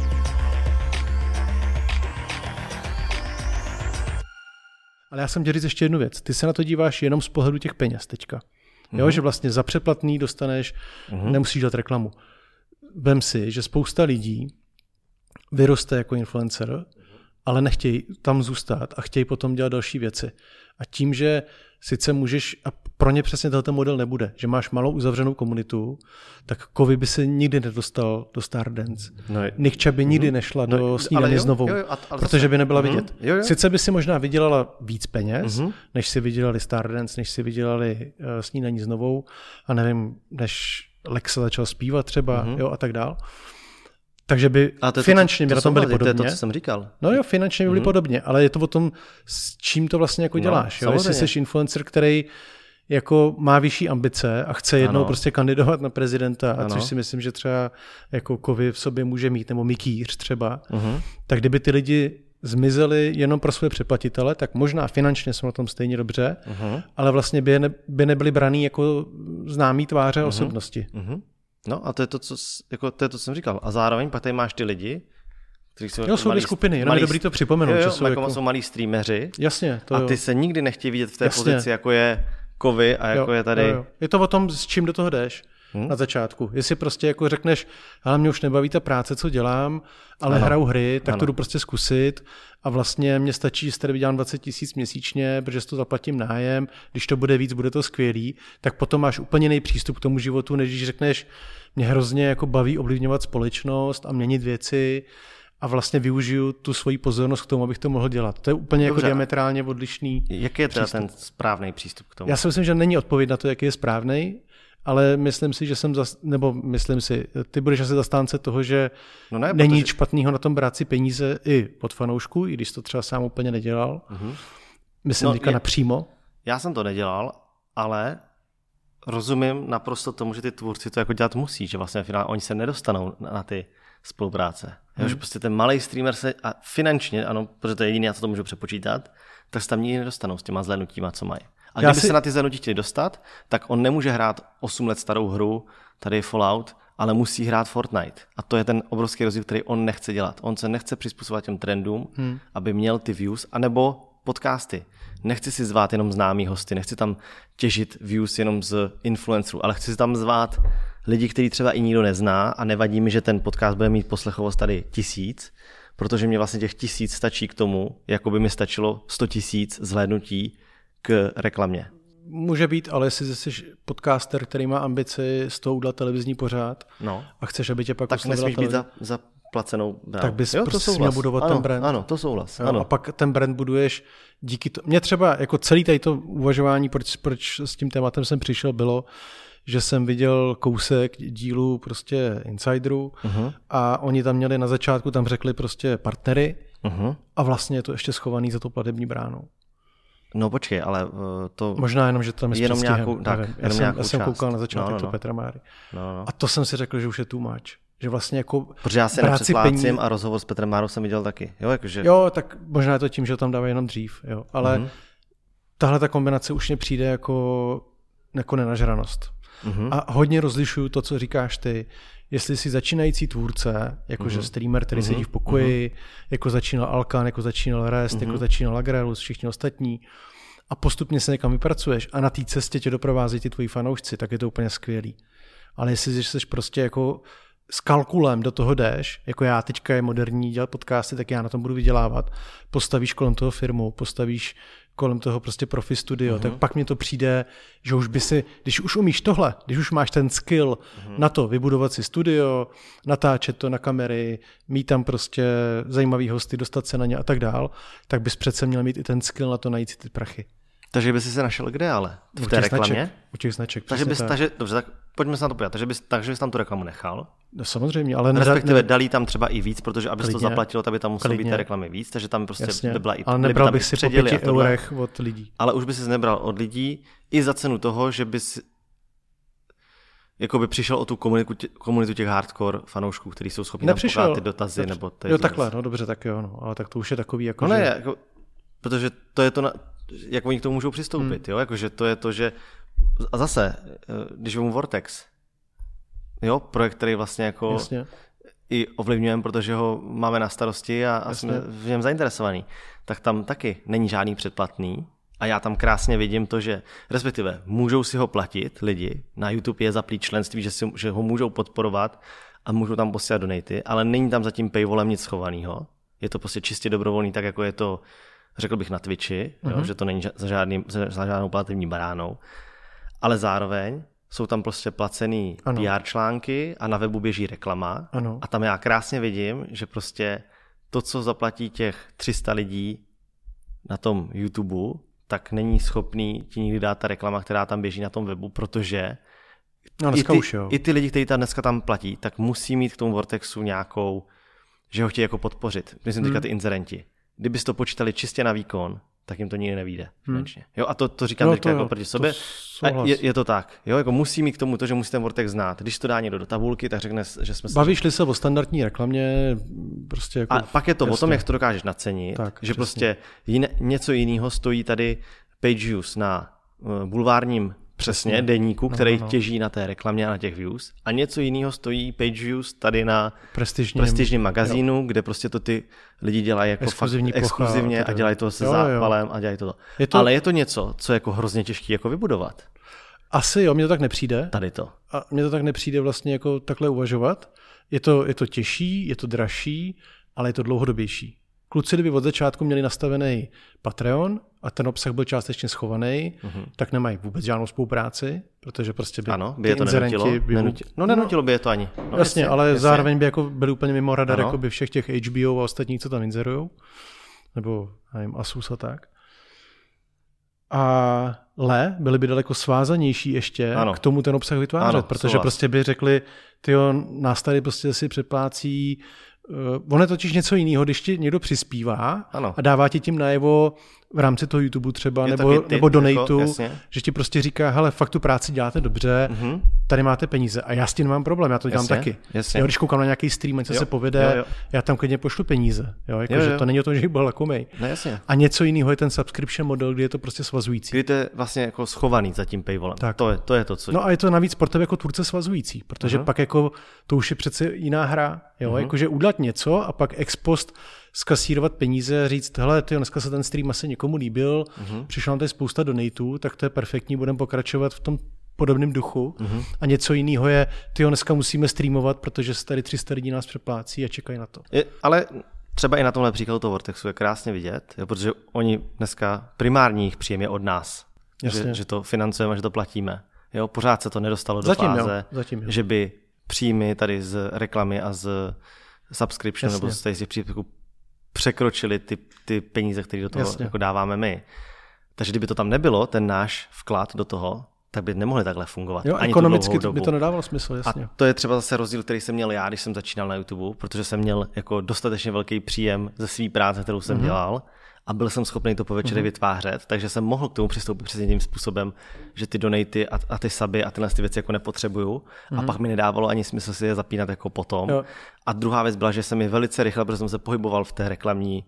S2: Ale já jsem chtěl říct ještě jednu věc. Ty se na to díváš jenom z pohledu těch peněz teďka. Jo, že vlastně za předplatný dostaneš, nemusíš dát reklamu. Vem si, že spousta lidí vyroste jako influencer, ale nechtějí tam zůstat a chtějí potom dělat další věci. A tím, že sice můžeš, a pro ně přesně tenhle model nebude, že máš malou uzavřenou komunitu, tak Kovy by se nikdy nedostal do Stardance. Nikča by nikdy nešla do Snídaně znovu, protože by nebyla vidět. Sice by si možná vydělala víc peněz, než si vydělali Stardance, než si vydělali Snídaní znovu, a nevím, než Lexa začal zpívat třeba, a tak dál. Takže by finančně by na tom byli podobně.
S1: To je to, co jsem říkal.
S2: No jo, finančně by byli podobně, ale je to o tom, s čím to vlastně jako děláš. Jo? Jestli jsi influencer, který jako má vyšší ambice a chce jednou prostě kandidovat na prezidenta, a což si myslím, že třeba jako Kovy v sobě může mít, nebo Mikýř třeba, tak kdyby ty lidi zmizeli jenom pro své předplatitele, tak možná finančně jsou na tom stejně dobře, ale vlastně by nebyli braný jako známý tváře osobnosti.
S1: No a to je to, co jsem říkal. A zároveň pak tady máš ty lidi, kteří
S2: jsou dvě skupiny, jenom je dobrý to připomenout. Že
S1: jsou malí streameři.
S2: Jasně.
S1: A ty se nikdy nechtějí vidět v té pozici, jako je Kovy a jako je tady.
S2: Je to o tom, s čím do toho jdeš na začátku. Jestli prostě jako řekneš, ale mě už nebaví ta práce, co dělám, ale hraju hry, tak to jdu prostě zkusit a vlastně mě stačí, že tady vydělám 20 000 měsíčně, protože si to zaplatím nájem, když to bude víc, bude to skvělý, tak potom máš úplně jiný přístup k tomu životu, než když řekneš, mě hrozně jako baví ovlivňovat společnost a měnit věci a vlastně využiju tu svoji pozornost k tomu, abych to mohl dělat. To je úplně jako diametrálně odlišný.
S1: Jaký je teda ten správný přístup k tomu?
S2: Já si myslím, že není odpověď na to, jaký je správný, ale myslím si, že ty budeš asi zastánce toho, že není nic špatného na tom brát si peníze i od fanoušků, i když to třeba sám úplně nedělal. Myslím teďka napřímo.
S1: Já jsem to nedělal, ale rozumím naprosto tomu, že ty tvůrci to jako dělat musí, že vlastně oni se nedostanou na ty spolupráce. Že prostě ten malý streamer se, a finančně, ano, protože to je jediný, já to můžu přepočítat, tak se tam nikdy nedostanou s těma zhlédnutíma, co mají. A kdyby se na ty zhlédnutí chtěli dostat, tak on nemůže hrát 8 let starou hru, tady je Fallout, ale musí hrát Fortnite. A to je ten obrovský rozdíl, který on nechce dělat. On se nechce přizpůsobovat těm trendům, aby měl ty views, anebo podcasty. Nechci si zvát jenom známý hosty, nechci tam těžit views jenom z influencerů, ale chci si tam zvát lidi, který třeba i nikdo nezná a nevadí mi, že ten podcast bude mít poslechovost tady 1000, protože mě vlastně těch 1000 stačí k tomu, jako by mi stačilo 100 000 zhlédnutí k reklamě.
S2: Může být, ale jestli jsi podcaster, který má ambici z toho udělat televizní pořád a chceš, aby tě pak
S1: tak nesmíš být za placenou brand.
S2: Tak bys prostě měl budovat ten brand.
S1: Ano, to souhlas. Ano.
S2: A pak ten brand buduješ díky tomu. Mně třeba jako celý tady to uvažování, proč s tím tématem jsem přišel, bylo, že jsem viděl kousek dílu prostě Insiderů a oni tam měli na začátku, tam řekli prostě partnery a vlastně je to ještě schovaný za tou platební bránou.
S1: No počkej, ale to...
S2: Možná jenom, že tam je
S1: jenom nějakou,
S2: já jsem koukal na začátek to Petra Máry. A to jsem si řekl, že už je too much. Že vlastně jako...
S1: Protože já se nepředplácím a rozhovor s Petrem Márou jsem viděl taky.
S2: Jo, tak možná je to tím, že ho tam dávají jenom dřív. Jo. Ale tahle ta kombinace už mě přijde jako nenažranost. A hodně rozlišuju to, co říkáš ty. Jestli jsi začínající tvůrce, jakože streamer, který sedí v pokoji, jako začínal Alkan, jako začínal Rest, jako začínal Agrelus, všichni ostatní, a postupně se někam vypracuješ a na té cestě tě doprovází ti tvoji fanoušci, tak je to úplně skvělý. Ale jestli jsi prostě jako s kalkulem do toho jdeš, jako já teďka je moderní dělat podcasty, tak já na tom budu vydělávat, postavíš kolem toho firmu, postavíš kolem toho prostě profi studio, tak pak mně to přijde, že už by si, když už umíš tohle, když už máš ten skill na to vybudovat si studio, natáčet to na kamery, mít tam prostě zajímavý hosty, dostat se na ně a tak dál, tak bys přece měl mít i ten skill na to najít si ty prachy.
S1: Takže bys si se našel kde ale? V té reklamě?
S2: U těch značek.
S1: Dobře, tak pojďme se na to podívat. Takže bys tam tu reklamu nechal?
S2: No, samozřejmě, ale...
S1: Respektive dali tam třeba i víc, protože aby se to zaplatilo, tak by tam muselo být té reklamy víc, takže tam prostě by byla i...
S2: Ale nebral bych si po 5 eurech od lidí.
S1: Ale už by si nebral od lidí i za cenu toho, že bys jakoby přišel o tu komunitu těch hardcore fanoušků, kteří jsou schopni tam pokládat ty dotazy. Nebo
S2: jo, takhle, no dobře, tak jo, no, ale tak to už je takový jako...
S1: No ne, jako, protože to je to, jak oni k tomu můžou přistoupit, jo, jakože to je to, že... A zase, když vemu Vortex, jo, projekt, který vlastně jako i ovlivňujeme, protože ho máme na starosti a jsme v něm zainteresovaní, tak tam taky není žádný předplatný a já tam krásně vidím to, že respektive můžou si ho platit lidi, na YouTube je zaplít členství, že ho můžou podporovat a můžou tam posílat donaty, ale není tam zatím paywallem nic schovaného, je to prostě čistě dobrovolný, tak jako je to, řekl bych, na Twitchi, jo, že to není za žádnou platební baránou, ale zároveň jsou tam prostě placený PR články a na webu běží reklama.
S2: Ano.
S1: A tam já krásně vidím, že prostě to, co zaplatí těch 300 lidí na tom YouTube, tak není schopný ti nikdy dát ta reklama, která tam běží na tom webu, protože i ty lidi, kteří tam dneska tam platí, tak musí mít k tomu Vortexu nějakou, že ho chtějí jako podpořit. Myslím teďka ty inzerenti. Kdyby to počítali čistě na výkon, tak jim to nikdy nevyjde finančně. Jo, a to říkám teďka jako proti sobě. Je to tak. Jo, jako musí mít k tomu to, že musí ten Vortex znát. Když to dá někdo do tabulky, tak řekne, že jsme...
S2: Bavíš-li se o standardní reklamě, prostě jako...
S1: A pak je to o tom, jak to dokážeš nacenit, tak, že prostě něco jiného stojí tady page views na bulvárním deníku, který těží na té reklamě a na těch views. A něco jiného stojí page views tady na prestižním magazínu, kde prostě to ty lidi dělají jako exkluzivně a dělají to se zápalem a dělají to. Ale je to něco, co je jako hrozně těžké jako vybudovat.
S2: Asi jo, mně to tak nepřijde.
S1: Tady to.
S2: A mně to tak nepřijde vlastně jako takhle uvažovat. Je to těžší, je to dražší, ale je to dlouhodobější. Kluci, kdyby od začátku měli nastavený Patreon a ten obsah byl částečně schovaný, tak nemají vůbec žádnou spolupráci, protože prostě
S1: by je to nenutilo by je to ani.
S2: No, jasně, ale zároveň by jako byli úplně mimo radar jako by všech těch HBO a ostatních, co tam inzerujou, nebo nevím, Asus a tak. ale byli by daleko svázanější ještě k tomu ten obsah vytvářet, protože prostě by řekli, nás tady prostě si přeplácí. On je totiž něco jiného, když ti někdo přispívá a dává ti tím najevo v rámci toho YouTube třeba nebo donateu, že ti prostě říká, hele, fakt tu práci děláte dobře, tady máte peníze a já s tím nemám problém, já to dělám taky. Jo, když koukám na nějaký stream, co se povede, já tam klidně pošlu peníze. Že to není o tom, že bych byl lakomej. A něco jiného je ten subscription model, kdy je to prostě svazující.
S1: Kdy to je vlastně jako schovaný za tím paywallem. To je to, co...
S2: No a je to navíc pro tebe jako tvůrce svazující, protože pak jako to už je přece jiná hra. Jakože udělat něco a pak ex post skasírovat peníze a říct, hele, dneska se ten stream asi někomu líbil, přišlo nám tady spousta donatů, tak to je perfektní, budeme pokračovat v tom podobném duchu. A něco jiného je, dneska musíme streamovat, protože se tady 300 lidí nás přeplácí a čekají na to.
S1: Ale třeba i na tomhle příkladu toho Vortexu je krásně vidět, protože oni dneska primární jejich příjem je od nás. Že to financujeme a že to platíme. Pořád se to nedostalo do fáze, že by příjmy tady z reklamy a z subscription nebo z těch příspěvků překročili ty peníze, které do toho jako dáváme my. Takže kdyby to tam nebylo, ten náš vklad do toho, tak by nemohli takhle fungovat.
S2: Jo, ani ekonomicky by to nedávalo smysl, jasně.
S1: A to je třeba zase rozdíl, který jsem měl já, když jsem začínal na YouTube, protože jsem měl jako dostatečně velký příjem ze své práce, kterou jsem dělal, a byl jsem schopný to po večeře vytvářet, takže jsem mohl k tomu přistoupit přesně tím způsobem, že ty donaty a ty suby a tyhle věci jako nepotřebuju a pak mi nedávalo ani smysl si je zapínat jako potom. Jo. A druhá věc byla, že jsem mi velice rychle, protože jsem se pohyboval v té reklamní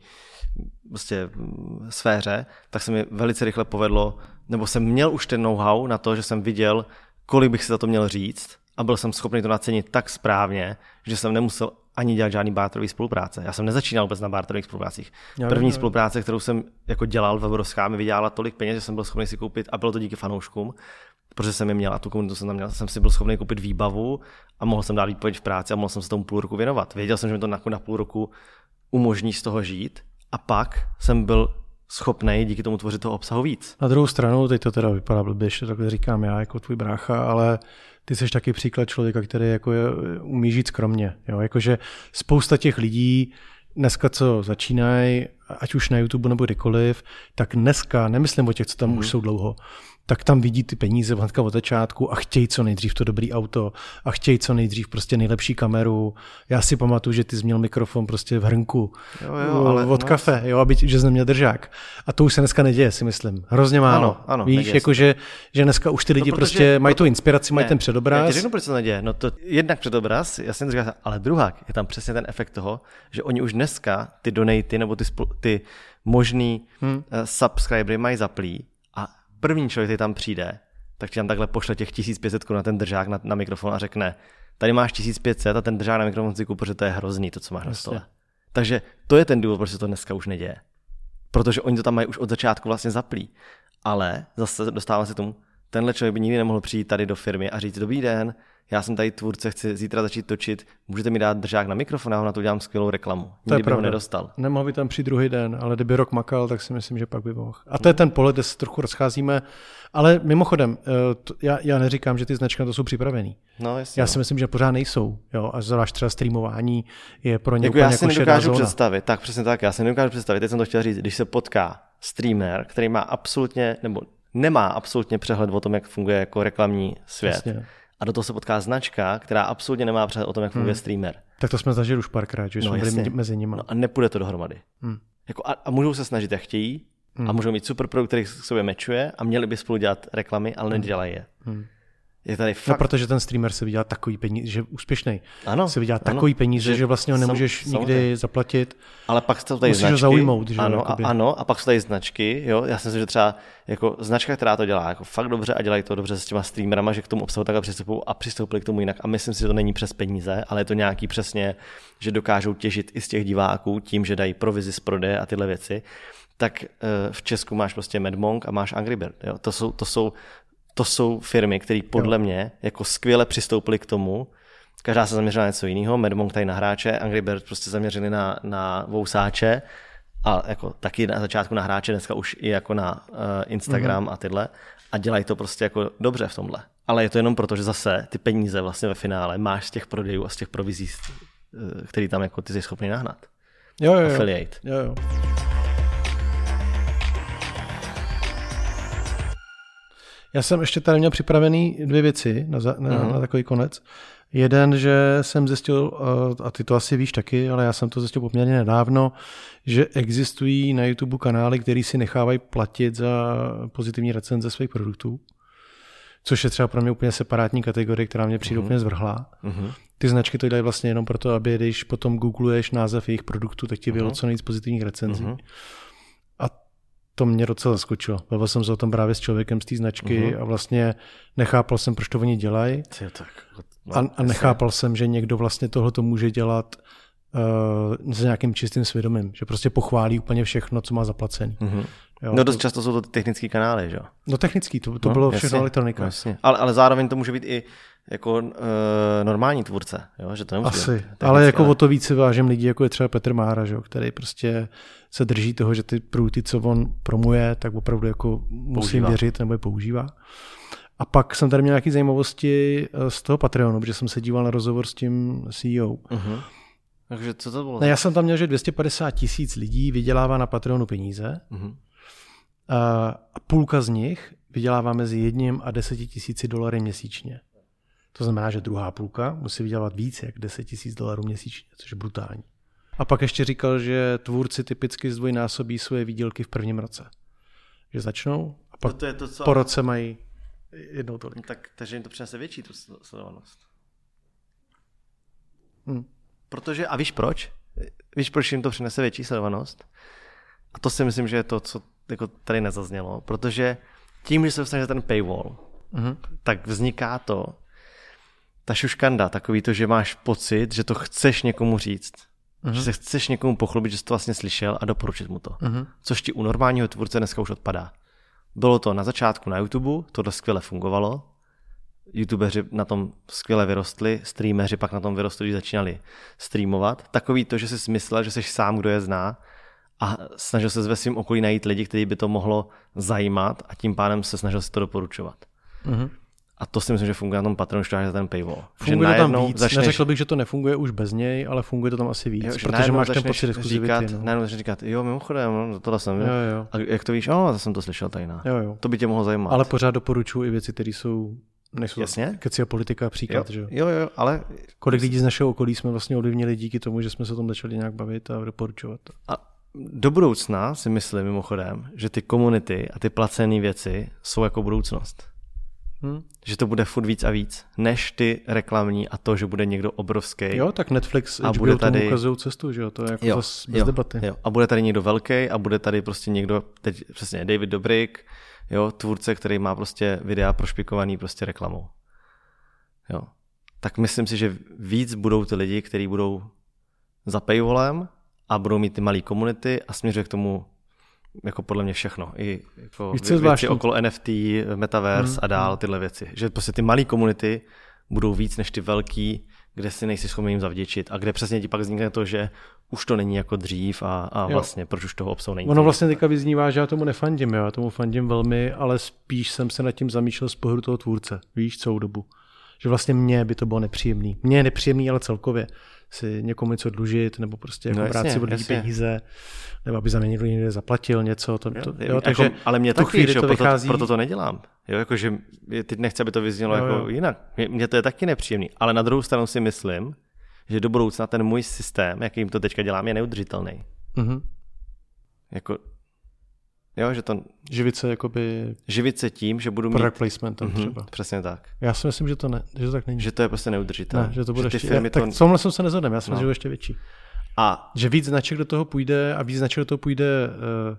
S1: prostě sféře, tak se mi velice rychle povedlo, nebo jsem měl už ten know-how na to, že jsem viděl, kolik bych si za to měl říct a byl jsem schopný to nacenit tak správně, že jsem nemusel ani dělat žádný barterový spolupráce. Já jsem nezačínal vůbec na barterových spoluprácích. První spolupráce, kterou jsem jako dělal v Obrovská, mi vydělala tolik peněz, že jsem byl schopný si koupit, a bylo to díky fanouškům, protože jsem je měl a tu komunitu jsem tam měl, jsem si byl schopný koupit výbavu a mohl jsem dát výpověď v práci a mohl jsem se tomu půl roku věnovat. Věděl jsem, že mi to na půl roku umožní z toho žít a pak jsem byl schopný díky tomu tvořit toho obsahu víc.
S2: Na druhou stranu, teď to teda vypadá blbě, že takhle říkám já jako tvůj brácha, ale ty jsi taky příklad člověka, který jako umí žít skromně. Jakože spousta těch lidí dneska, co začínají, ať už na YouTube nebo kdekoliv, tak dneska, nemyslím o těch, co tam už jsou dlouho, tak tam vidí ty peníze hnedka od začátku a chtějí co nejdřív to dobrý auto a chtějí co nejdřív prostě nejlepší kameru. Já si pamatuju, že ty jsi měl mikrofon prostě v hrnku od kafe, že jsi neměl držák. A to už se dneska neděje, si myslím. Hrozně málo.
S1: Ano,
S2: víš, jakože že dneska už ty lidi prostě mají tu inspiraci, mají ten předobraz.
S1: Já ti řeknu, proč se to neděje. No to jednak předobraz, já jsem říkal, ale druhák, je tam přesně ten efekt toho, že oni už dneska ty donaty nebo ty možný subscribery mají zaplý. První člověk, který tam přijde, tak ti tam takhle pošle těch 1500 Kč na ten držák na mikrofon a řekne, tady máš 1500 a ten držák na mikrofon si kupu, protože to je hrozný, to, co máš na stole. Takže to je ten důvod, proč se to dneska už neděje. Protože oni to tam mají už od začátku vlastně zaplý. Ale zase dostávám se k tomu, tenhle člověk by nikdy nemohl přijít tady do firmy a říct, dobrý den, já jsem tady tvůrce, chci zítra začít točit, můžete mi dát držák na mikrofon, já ho na to udělám skvělou reklamu. Nikdy by ho nedostal.
S2: Nemohl by tam přijít druhý den, ale kdyby rok makal, tak si myslím, že pak by mohl. A to je ten pohled, kde se trochu rozcházíme. Ale mimochodem, já neříkám, že ty značky na to jsou připravený.
S1: No, jasně,
S2: já si myslím, že pořád nejsou. A zvlášť třeba streamování je pro ně
S1: jako
S2: úplně
S1: já si nedokážu představit. Tak přesně tak, já si nedokážu představit. Teď jsem to chtěl říct, když se potká streamer, který má absolutně, nebo nemá absolutně přehled o tom, jak funguje jako reklamní svět. Jasně. A do toho se potká značka, která absolutně nemá přehled o tom, jak funguje streamer.
S2: Tak to jsme zažili už párkrát, že jsme byli mezi nimi.
S1: No a nepůjde to dohromady. Jako a můžou se snažit, jak chtějí, a můžou mít super produkt, který k sobě mečuje a měli by spolu dělat reklamy, ale nedělají je. Je tady fakt...
S2: No, protože ten streamer se vydělá takový peníze, že úspěšný.
S1: Ano,
S2: se vydělá takový peníze, že vlastně ho nemůžeš nikdy zaplatit.
S1: Ale pak jsou tady značky.
S2: Musíš ho zaujmout. Že
S1: ano, a pak jsou tady značky. Jo? Já si myslím, že třeba jako značka, která to dělá jako fakt dobře a dělají to dobře s těma streamerama, že k tomu obsahu takhle přistupují a přistoupili k tomu jinak. A myslím si, že to není přes peníze, ale je to nějaký přesně, že dokážou těžit i z těch diváků tím, že dají provizi z prodeje a tyhle věci. Tak v Česku máš prostě Mad Monk a máš Angry Bird. Jo? To jsou firmy, které podle mě jako skvěle přistoupily k tomu. Každá se zaměřila na něco jiného. Mad Monk tady na hráče, Angry Bird prostě zaměřili na vousáče a jako taky na začátku na hráče, dneska už i jako na Instagram a tyhle. A dělají to prostě jako dobře v tomhle. Ale je to jenom proto, že zase ty peníze vlastně ve finále máš z těch prodejů a z těch provizí, který tam jako ty jsi schopný nahnat.
S2: Jo.
S1: Affiliate.
S2: Jo. Já jsem ještě tady měl připravený 2 věci na takový konec. Jeden, že jsem zjistil, a ty to asi víš taky, ale já jsem to zjistil poměrně nedávno, že existují na YouTube kanály, který si nechávají platit za pozitivní recenze svých produktů, což je třeba pro mě úplně separátní kategorie, která mě přijde úplně zvrhlá. Ty značky to dělají vlastně jenom proto, aby když potom googluješ název jejich produktu, tak ti bylo co nejvíc pozitivních recenzí. A to mě docela zaskočilo. Bavil jsem se o tom právě s člověkem z té značky a vlastně nechápal jsem, proč to oni dělají. A nechápal jsem, že někdo vlastně tohleto může dělat s nějakým čistým svědomím, že prostě pochválí úplně všechno, co má zaplacený.
S1: Jo, no dost často jsou to ty technický kanály, že jo?
S2: No technický, to bylo všechno elektronika.
S1: Jasně. Ale zároveň to může být i jako normální tvůrce, jo? Že to nemusí
S2: asi, ale jako o to více vážím lidi, jako je třeba Petr Mára, že jo? Který prostě se drží toho, že ty produkty, co on promuje, tak opravdu jako musím věřit nebo je používá. A pak jsem tady měl nějaké zajímavosti z toho Patreonu, protože jsem se díval na rozhovor s tím CEO.
S1: Takže co to bylo?
S2: Já jsem tam měl, že 250 000 lidí vydělává na Patreonu peníze a půlka z nich vydělává mezi 1 a 10 000 $ měsíčně. To znamená, že druhá půlka musí vydělávat víc jak 10 000 $ měsíčně, což je brutální. A pak ještě říkal, že tvůrci typicky zdvojnásobí svoje výdělky v prvním roce. Že začnou a pak po roce mají jednou tolik.
S1: Takže jim to přinese větší tu sledovanost. Protože, a víš proč? Víš, proč jim to přinese větší sledovanost? A to si myslím, že je to, co jako tady nezaznělo. Protože tím, že se dostane ten paywall, tak vzniká ta šuškanda, takový to, že máš pocit, že to chceš někomu říct. Že se chceš někomu pochlubit, že jsi to vlastně slyšel a doporučit mu to. Což ti u normálního tvůrce dneska už odpadá. Bylo to na začátku na YouTube, tohle skvěle fungovalo. YouTubeři na tom skvěle vyrostli, streameři pak na tom vyrostli, když začínali streamovat. Takový to, že jsi myslel, že jsi sám, kdo je zná a snažil se ve svém okolí najít lidi, kteří by to mohlo zajímat a tím pádem se snažil si to doporučovat. A to si myslím, že funguje na tom Patreonu, že to je ten paywall.
S2: Funguje to tam víc, neřekl bych, že to nefunguje už bez něj, ale funguje to tam asi víc, protože máš ten pocit exkluzivity.
S1: Najednou začneš říkat, jo, mimochodem, tohle jsem, jo. A jak to víš, to jsem to slyšel tajná.
S2: Jo.
S1: To by tě mohlo zajímat.
S2: Ale pořád doporučuji i věci, které nejsou keci a politika příklad, že
S1: jo, ale
S2: kolik lidí z našeho okolí jsme vlastně ovlivnili díky tomu, že jsme se o tom začali nějak bavit a doporučovat to.
S1: A do budoucna si myslím mimochodem, že ty komunity a ty placené věci jsou jako budoucnost. Že to bude furt víc a víc, než ty reklamní a to, že bude někdo obrovský.
S2: Jo, tak Netflix a bude tady ukazují cestu, že jo, to je jako zase bez debaty.
S1: Jo. A bude tady někdo velký a bude tady prostě někdo, teď přesně David Dobrik, jo, tvůrce, který má prostě videa prošpikovaný prostě reklamou. Jo. Tak myslím si, že víc budou ty lidi, kteří budou za paywallem a budou mít ty malé komunity a směřuje k tomu jako podle mě všechno. I jako věci okolo NFT, Metaverse a dál tyhle věci. Že prostě ty malé komunity budou víc než ty velký, kde si nejsi schopný jim zavděčit a kde přesně ti pak vznikne to, že už to není jako dřív a vlastně proč už toho obsahu není.
S2: Ono vlastně teďka vyznívá, že já tomu nefandím, já tomu fandím velmi, ale spíš jsem se nad tím zamýšlel z pohledu toho tvůrce, víš, celou dobu. Že vlastně mně by to bylo nepříjemný. Mně je nepříjemný, ale celkově si někomu něco dlužit, nebo prostě jako brát si od lidí peníze, nebo aby za mě někdo zaplatil něco. Takže
S1: jako, ale mě taky, že proto to nedělám. Jo, jakože teď nechci, aby to vyznělo jako jinak. Mně to je taky nepříjemný, ale na druhou stranu si myslím, že do budoucna ten můj systém, jakým to teďka dělám, je neudržitelný. Jako, jo, že to... Živit se tím, že budu
S2: product placementem třeba.
S1: Přesně tak.
S2: Já si myslím, že to tak není.
S1: Že to je prostě neudržitelné.
S2: Ne, že to bude tak tomhle jsem se nezhodem, já si myslím, že bude ještě větší. A že víc značek do toho půjde a víc značek do toho půjde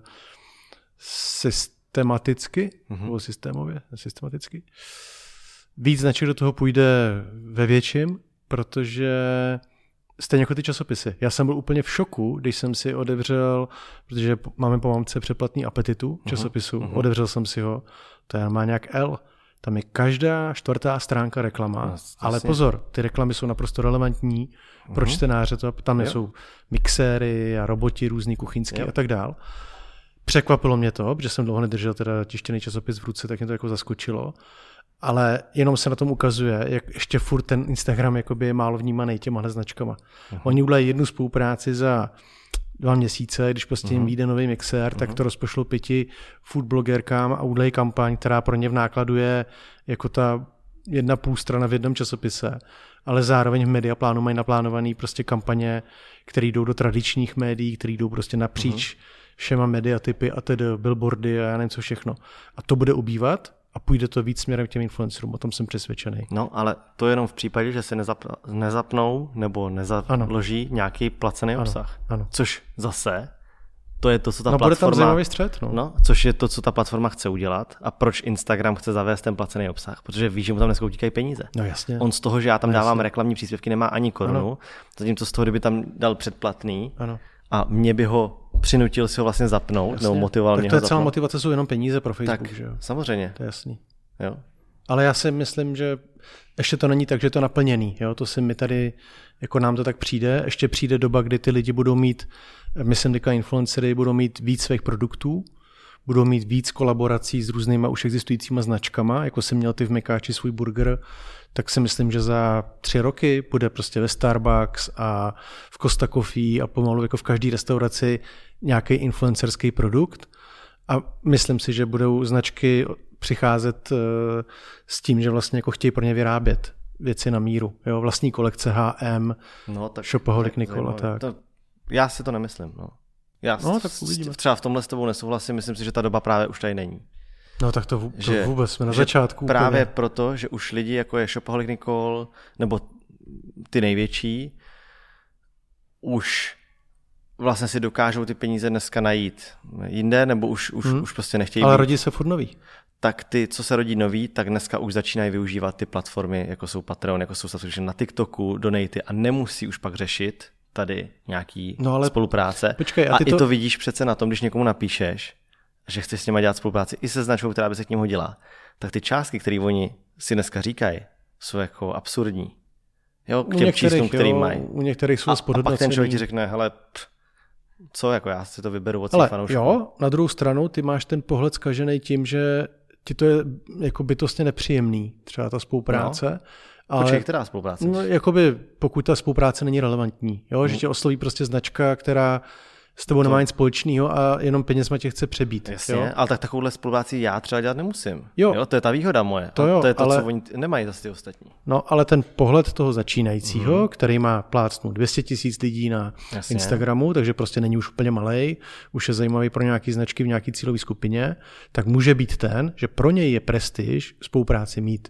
S2: systematicky, nebo systematicky. Víc značek do toho půjde ve větším, protože stejně jako ty časopisy. Já jsem byl úplně v šoku, když jsem si otevřel, protože máme po mamce předplatný Apetitu časopisu, otevřel jsem si ho, to je normálně jak L. Tam je každá 4. stránka reklama, ale pozor, ty reklamy jsou naprosto relevantní pro čtenáře, tam jsou mixéry a roboti různý kuchyňský a tak dál. Překvapilo mě to, protože jsem dlouho nedržel teda tištěný časopis v ruce, tak mě to jako zaskočilo. Ale jenom se na tom ukazuje, jak ještě furt ten Instagram jakoby je málo vnímaný těma značkama. Oni udělají jednu spolupráci za 2 měsíce, když prostě jim vyjde nový mixér, tak to rozpošlou 5 food blogerkám a udělají kampaň, která pro ně v nákladu je jako ta 1,5 strana v jednom časopise, ale zároveň v Mediaplánu mají naplánovaný prostě kampaně, které jdou do tradičních médií, které jdou prostě napříč všema mediatypy a tedy billboardy a já nevím co všechno. A to bude ubývat a půjde to víc směrem k těm influencerům, o tom jsem přesvědčený.
S1: No, ale to jenom v případě, že se nezapnou nebo nezaloží nějaký placený obsah.
S2: Ano.
S1: Což zase, to je to, co ta
S2: platforma...
S1: bude tam
S2: zajímavý střed,
S1: no, což je to, co ta platforma chce udělat a proč Instagram chce zavést ten placený obsah, protože ví, že mu tam dneska utíkají peníze.
S2: No jasně.
S1: On z toho, že já tam dávám reklamní příspěvky, nemá ani korunu, zatímco z toho, kdyby tam dal předplatný a mě by ho přinutil si ho vlastně zapnout, nebo motivoval mě ho zapnout.
S2: Tak to je celá motivace, jsou jenom peníze pro Facebook,
S1: tak,
S2: že jo?
S1: Samozřejmě.
S2: To je jasný.
S1: Jo.
S2: Ale já si myslím, že ještě to není tak, že je to naplněný. Jo? To si mi tady, jako nám to tak přijde. Ještě přijde doba, kdy ty lidi budou mít, myslím, že influencery budou mít víc svých produktů, budou mít víc kolaborací s různýma už existujícíma značkama, jako jsem měl ty v Mekáči svůj burger, tak si myslím, že za 3 roky bude prostě ve Starbucks a v Costa Coffee a pomalu jako v každé restauraci nějaký influencerský produkt. A myslím si, že budou značky přicházet s tím, že vlastně jako chtějí pro ně vyrábět věci na míru. Jo? Vlastní kolekce H&M, Shopaholic Nicole a tak.
S1: Já si to nemyslím. No. Já třeba v tomhle s tebou nesouhlasím, myslím si, že ta doba právě už tady není.
S2: No tak to vůbec jsme na začátku.
S1: Právě proto, že už lidi jako je Shopaholic Nicole nebo ty největší už vlastně si dokážou ty peníze dneska najít jinde, nebo už prostě nechtějí.
S2: Ale rodí se furt nový.
S1: Tak ty, co se rodí nový, tak dneska už začínají využívat ty platformy, jako jsou Patreon, jako jsou subscription na TikToku, donaty a nemusí už pak řešit tady nějaký spolupráce.
S2: Počkej,
S1: a i to vidíš přece na tom, když někomu napíšeš, že chceš s něma dělat spolupráci i se značkou, která by se k ním hodila, tak ty částky, které oni si dneska říkají, jsou jako absurdní. Jo, k těm číslům, který mají.
S2: U některých jsou
S1: a pak ten člověk ti řekne, hele, co, jako já si to vyberu od svých fanoušků.
S2: Jo, na druhou stranu ty máš ten pohled zkažený tím, že ti to je jako bytostně nepříjemný, třeba ta spolupráce.
S1: No. Počkej, která spolupráce?
S2: No, jakoby, pokud ta spolupráce není relevantní, jo, že tě osloví prostě značka, která s tebou nemá nic společného a jenom penězma tě chce přebít.
S1: Jasně,
S2: jo?
S1: Ale tak takovouhle spolupráci já třeba dělat nemusím. Jo, to je ta výhoda moje. To je to, co oni nemají zase ty ostatní.
S2: No, ale ten pohled toho začínajícího, který má plácnu 200 000 lidí na Instagramu, takže prostě není už úplně malej, už je zajímavý pro nějaký značky v nějaký cílové skupině, tak může být ten, že pro něj je prestiž spolupráci mít.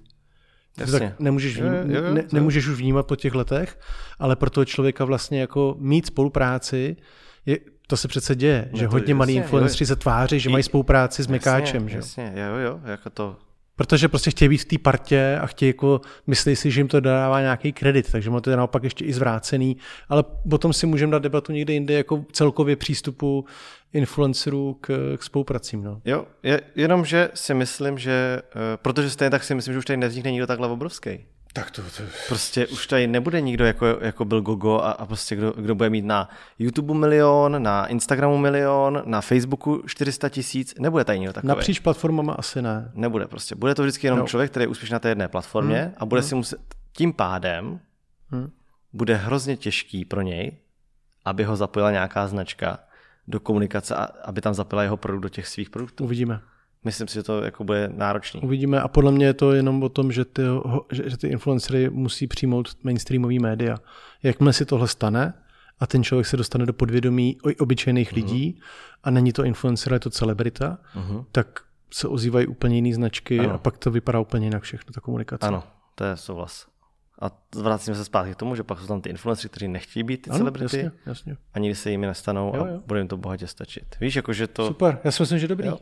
S2: Tak nemůžeš už vnímat po těch letech, ale pro toho člověka vlastně jako mít spolupráci, to se přece děje, že hodně malí influenceri se tváří, že mají spolupráci s Mekáčem.
S1: Jasně, jo, jako to.
S2: Protože prostě chtějí být v té partě a chtějí jako, myslí si, že jim to dává nějaký kredit, takže mu to je naopak ještě i zvrácený, ale potom si můžeme dát debatu někde jinde jako celkově přístupu influencerů k spolupracím. No.
S1: Jo, jenomže si myslím, že, protože stejně tak si myslím, že už tady nevznikne nikdo takhle obrovský.
S2: Tak to.
S1: Prostě už tady nebude nikdo, jako byl Gogo a prostě kdo bude mít na YouTube 1 milion, na Instagramu 1 milion, na Facebooku 400 000, nebude tady nikdo takový.
S2: Napříč platformama asi ne.
S1: Nebude prostě. Bude to vždycky jenom člověk, který je úspěšný na té jedné platformě a bude si muset, tím pádem bude hrozně těžký pro něj, aby ho zapojila nějaká značka do komunikace a aby tam zapojila jeho produkt do těch svých produktů.
S2: Uvidíme.
S1: Myslím si, že to jako bude náročný.
S2: Uvidíme a podle mě je to jenom o tom, že ty influencery musí přijmout mainstreamový média. Jakmile si tohle stane a ten člověk se dostane do podvědomí obyčejných lidí a není to influencer, je to celebrita, tak se ozývají úplně jiný značky a pak to vypadá úplně jinak všechno, ta komunikace.
S1: Ano, to je souhlas. A vrátíme se zpátky k tomu, že pak jsou tam ty influencery, kteří nechtějí být ty celebrity
S2: jasně.
S1: a nikdy se jimi nestanou a bude jim to bohatě stačit. Víš, jakože to...
S2: Super, já si myslím, že dobrý. Jo.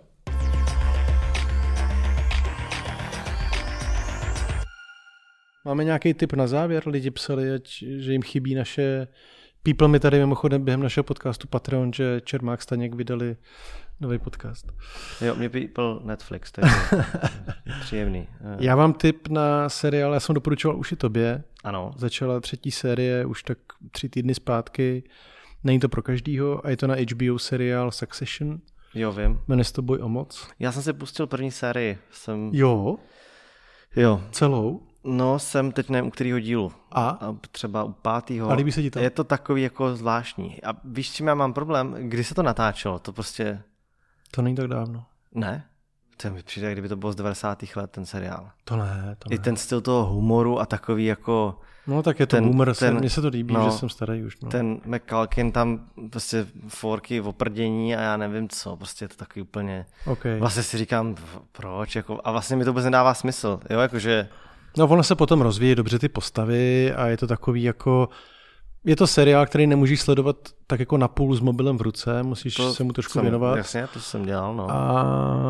S2: Máme nějaký tip na závěr? Lidi psali, že jim chybí naše... People mi tady mimochodem během našeho podcastu Patreon, že Čermák Staněk vydali nový podcast.
S1: Jo, mě People Netflix, takže příjemný.
S2: Já mám tip na seriál, já jsem doporučoval už i tobě.
S1: Ano.
S2: Začala 3. série už tak 3 týdny zpátky. Není to pro každýho a je to na HBO seriál Succession.
S1: Jo, vím.
S2: Jmenuje se to Boj o moc.
S1: Já jsem si pustil první sérii.
S2: Jo? Celou?
S1: No, jsem teď nevím, u kterého dílu. A třeba u 5.
S2: A líbí se ti to?
S1: Je to takový jako zvláštní. A víš, s čím já mám problém? Kdy se to natáčelo? To prostě...
S2: To není tak dávno.
S1: Ne? To mi přijde, kdyby to bylo z 90. let, ten seriál.
S2: To ne.
S1: I ten styl toho humoru a takový jako...
S2: No tak je to boomer, mně se to líbí, že jsem starý už. No.
S1: Ten McCulkin tam prostě forky, oprdění a já nevím co, prostě je to takový úplně...
S2: Okay.
S1: Vlastně si říkám, proč, jako, a vlastně mi to vůbec nedává smysl, jo, jakože...
S2: No ono se potom rozvíjí dobře ty postavy a je to takový jako... Je to seriál, který nemůžeš sledovat tak jako napůl s mobilem v ruce, musíš se mu trošku věnovat.
S1: Jasně, to jsem dělal, no.
S2: A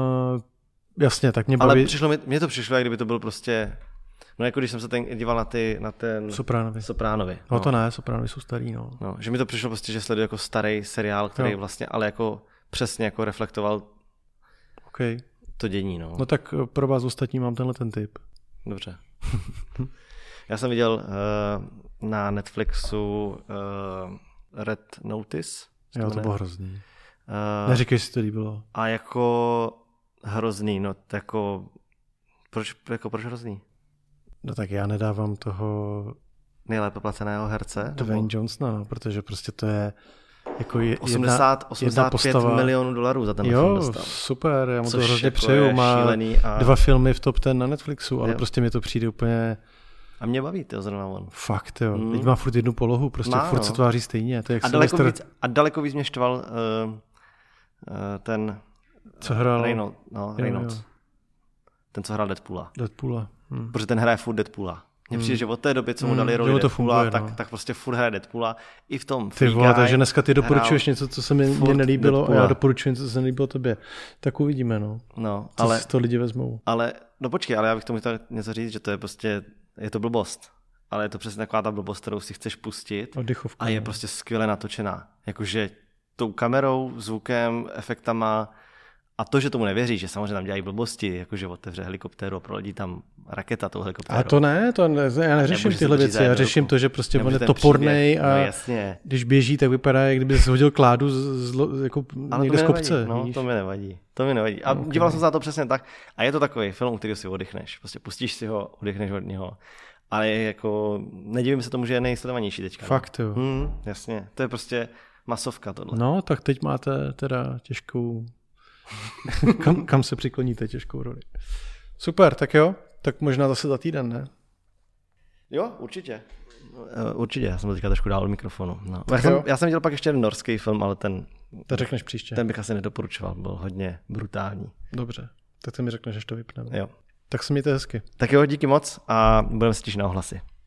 S2: jasně, tak mě baví...
S1: Ale mně to přišlo, jak kdyby to byl prostě... No jako když jsem se díval na ten Sopránovi.
S2: No to ne, Sopránovi jsou starý, no.
S1: Že mi to přišlo prostě, že sleduji jako starý seriál, který vlastně, ale jako přesně jako reflektoval to dění, no.
S2: No tak pro vás ostatní mám tenhle ten tip.
S1: Dobře. Já jsem viděl na Netflixu Red Notice.
S2: Jo, to bylo hrozný. Neříkej, jestli to líbilo.
S1: A jako hrozný, no jako proč hrozný?
S2: No tak já nedávám toho...
S1: Nejlépe placeného herce?
S2: Dwayne Johnsona, no, protože prostě to je jako
S1: 85 milionů dolarů za ten film dostal.
S2: Super, já mu to hrozně přeju. Má 2 filmy v top 10 na Netflixu, ale prostě mi to přijde úplně...
S1: A mě baví, zrovna on.
S2: Fakt, jo. Teď má furt jednu polohu, prostě furt se tváří stejně. To je jak
S1: daleko víc mě štval ten...
S2: Co hrál?
S1: Reynolds. Ten, co hrál Deadpoola.
S2: Hmm.
S1: Protože ten hraje furt Deadpoola. Mně přijde, že od té doby, co mu dali roli Deadpoola, tak prostě furt hraje Deadpoola. I v tom
S2: Ty vole, takže dneska ty doporučuješ něco, co se mi nelíbilo Deadpoola. A já doporučuji něco, co se nelíbilo tobě. Tak uvidíme, no. Co si to lidi vezmou.
S1: Ale, no počkej, ale já bych tomu chtěl něco říct, že to je prostě, je to blbost. Ale je to přesně taková ta blbost, kterou si chceš pustit.
S2: Odychovka,
S1: a je prostě skvěle natočená. Jakože tou kamerou, zvukem, efektama. A to, že tomu nevěří, že samozřejmě tam dělají blbosti, jakože otevře helikoptéru a proletí tam raketa tou helikoptérou.
S2: A to ne, já neřeším tyhle věci, já řeším to, že prostě on je topornej a když běží, tak vypadá, jak kdyby se hodil kládu jako někde z kopce.
S1: No, to mi nevadí. A díval jsem se na to přesně tak. A je to takový film, který si oddechneš. Prostě pustíš si ho, oddechneš od něho. Ale jako nedivím se tomu, že je nejsledovanější teďka.
S2: Fakt jo.
S1: Jasně, to je prostě masovka tohle.
S2: No, tak teď máte teda těžkou... kam se přikloníte, těžkou roli. Super, tak jo, tak možná zase za týden, ne?
S1: Jo, určitě. Určitě, já jsem to teďka trošku dál od mikrofonu. No. Já jsem viděl pak ještě jeden norský film, ale ten...
S2: To řekneš příště.
S1: Ten bych asi nedoporučoval, byl hodně brutální.
S2: Dobře, tak ty mi řekneš, až to vypneme.
S1: Jo.
S2: Tak se mějte hezky.
S1: Tak jo, díky moc a budeme se těšit na ohlasy.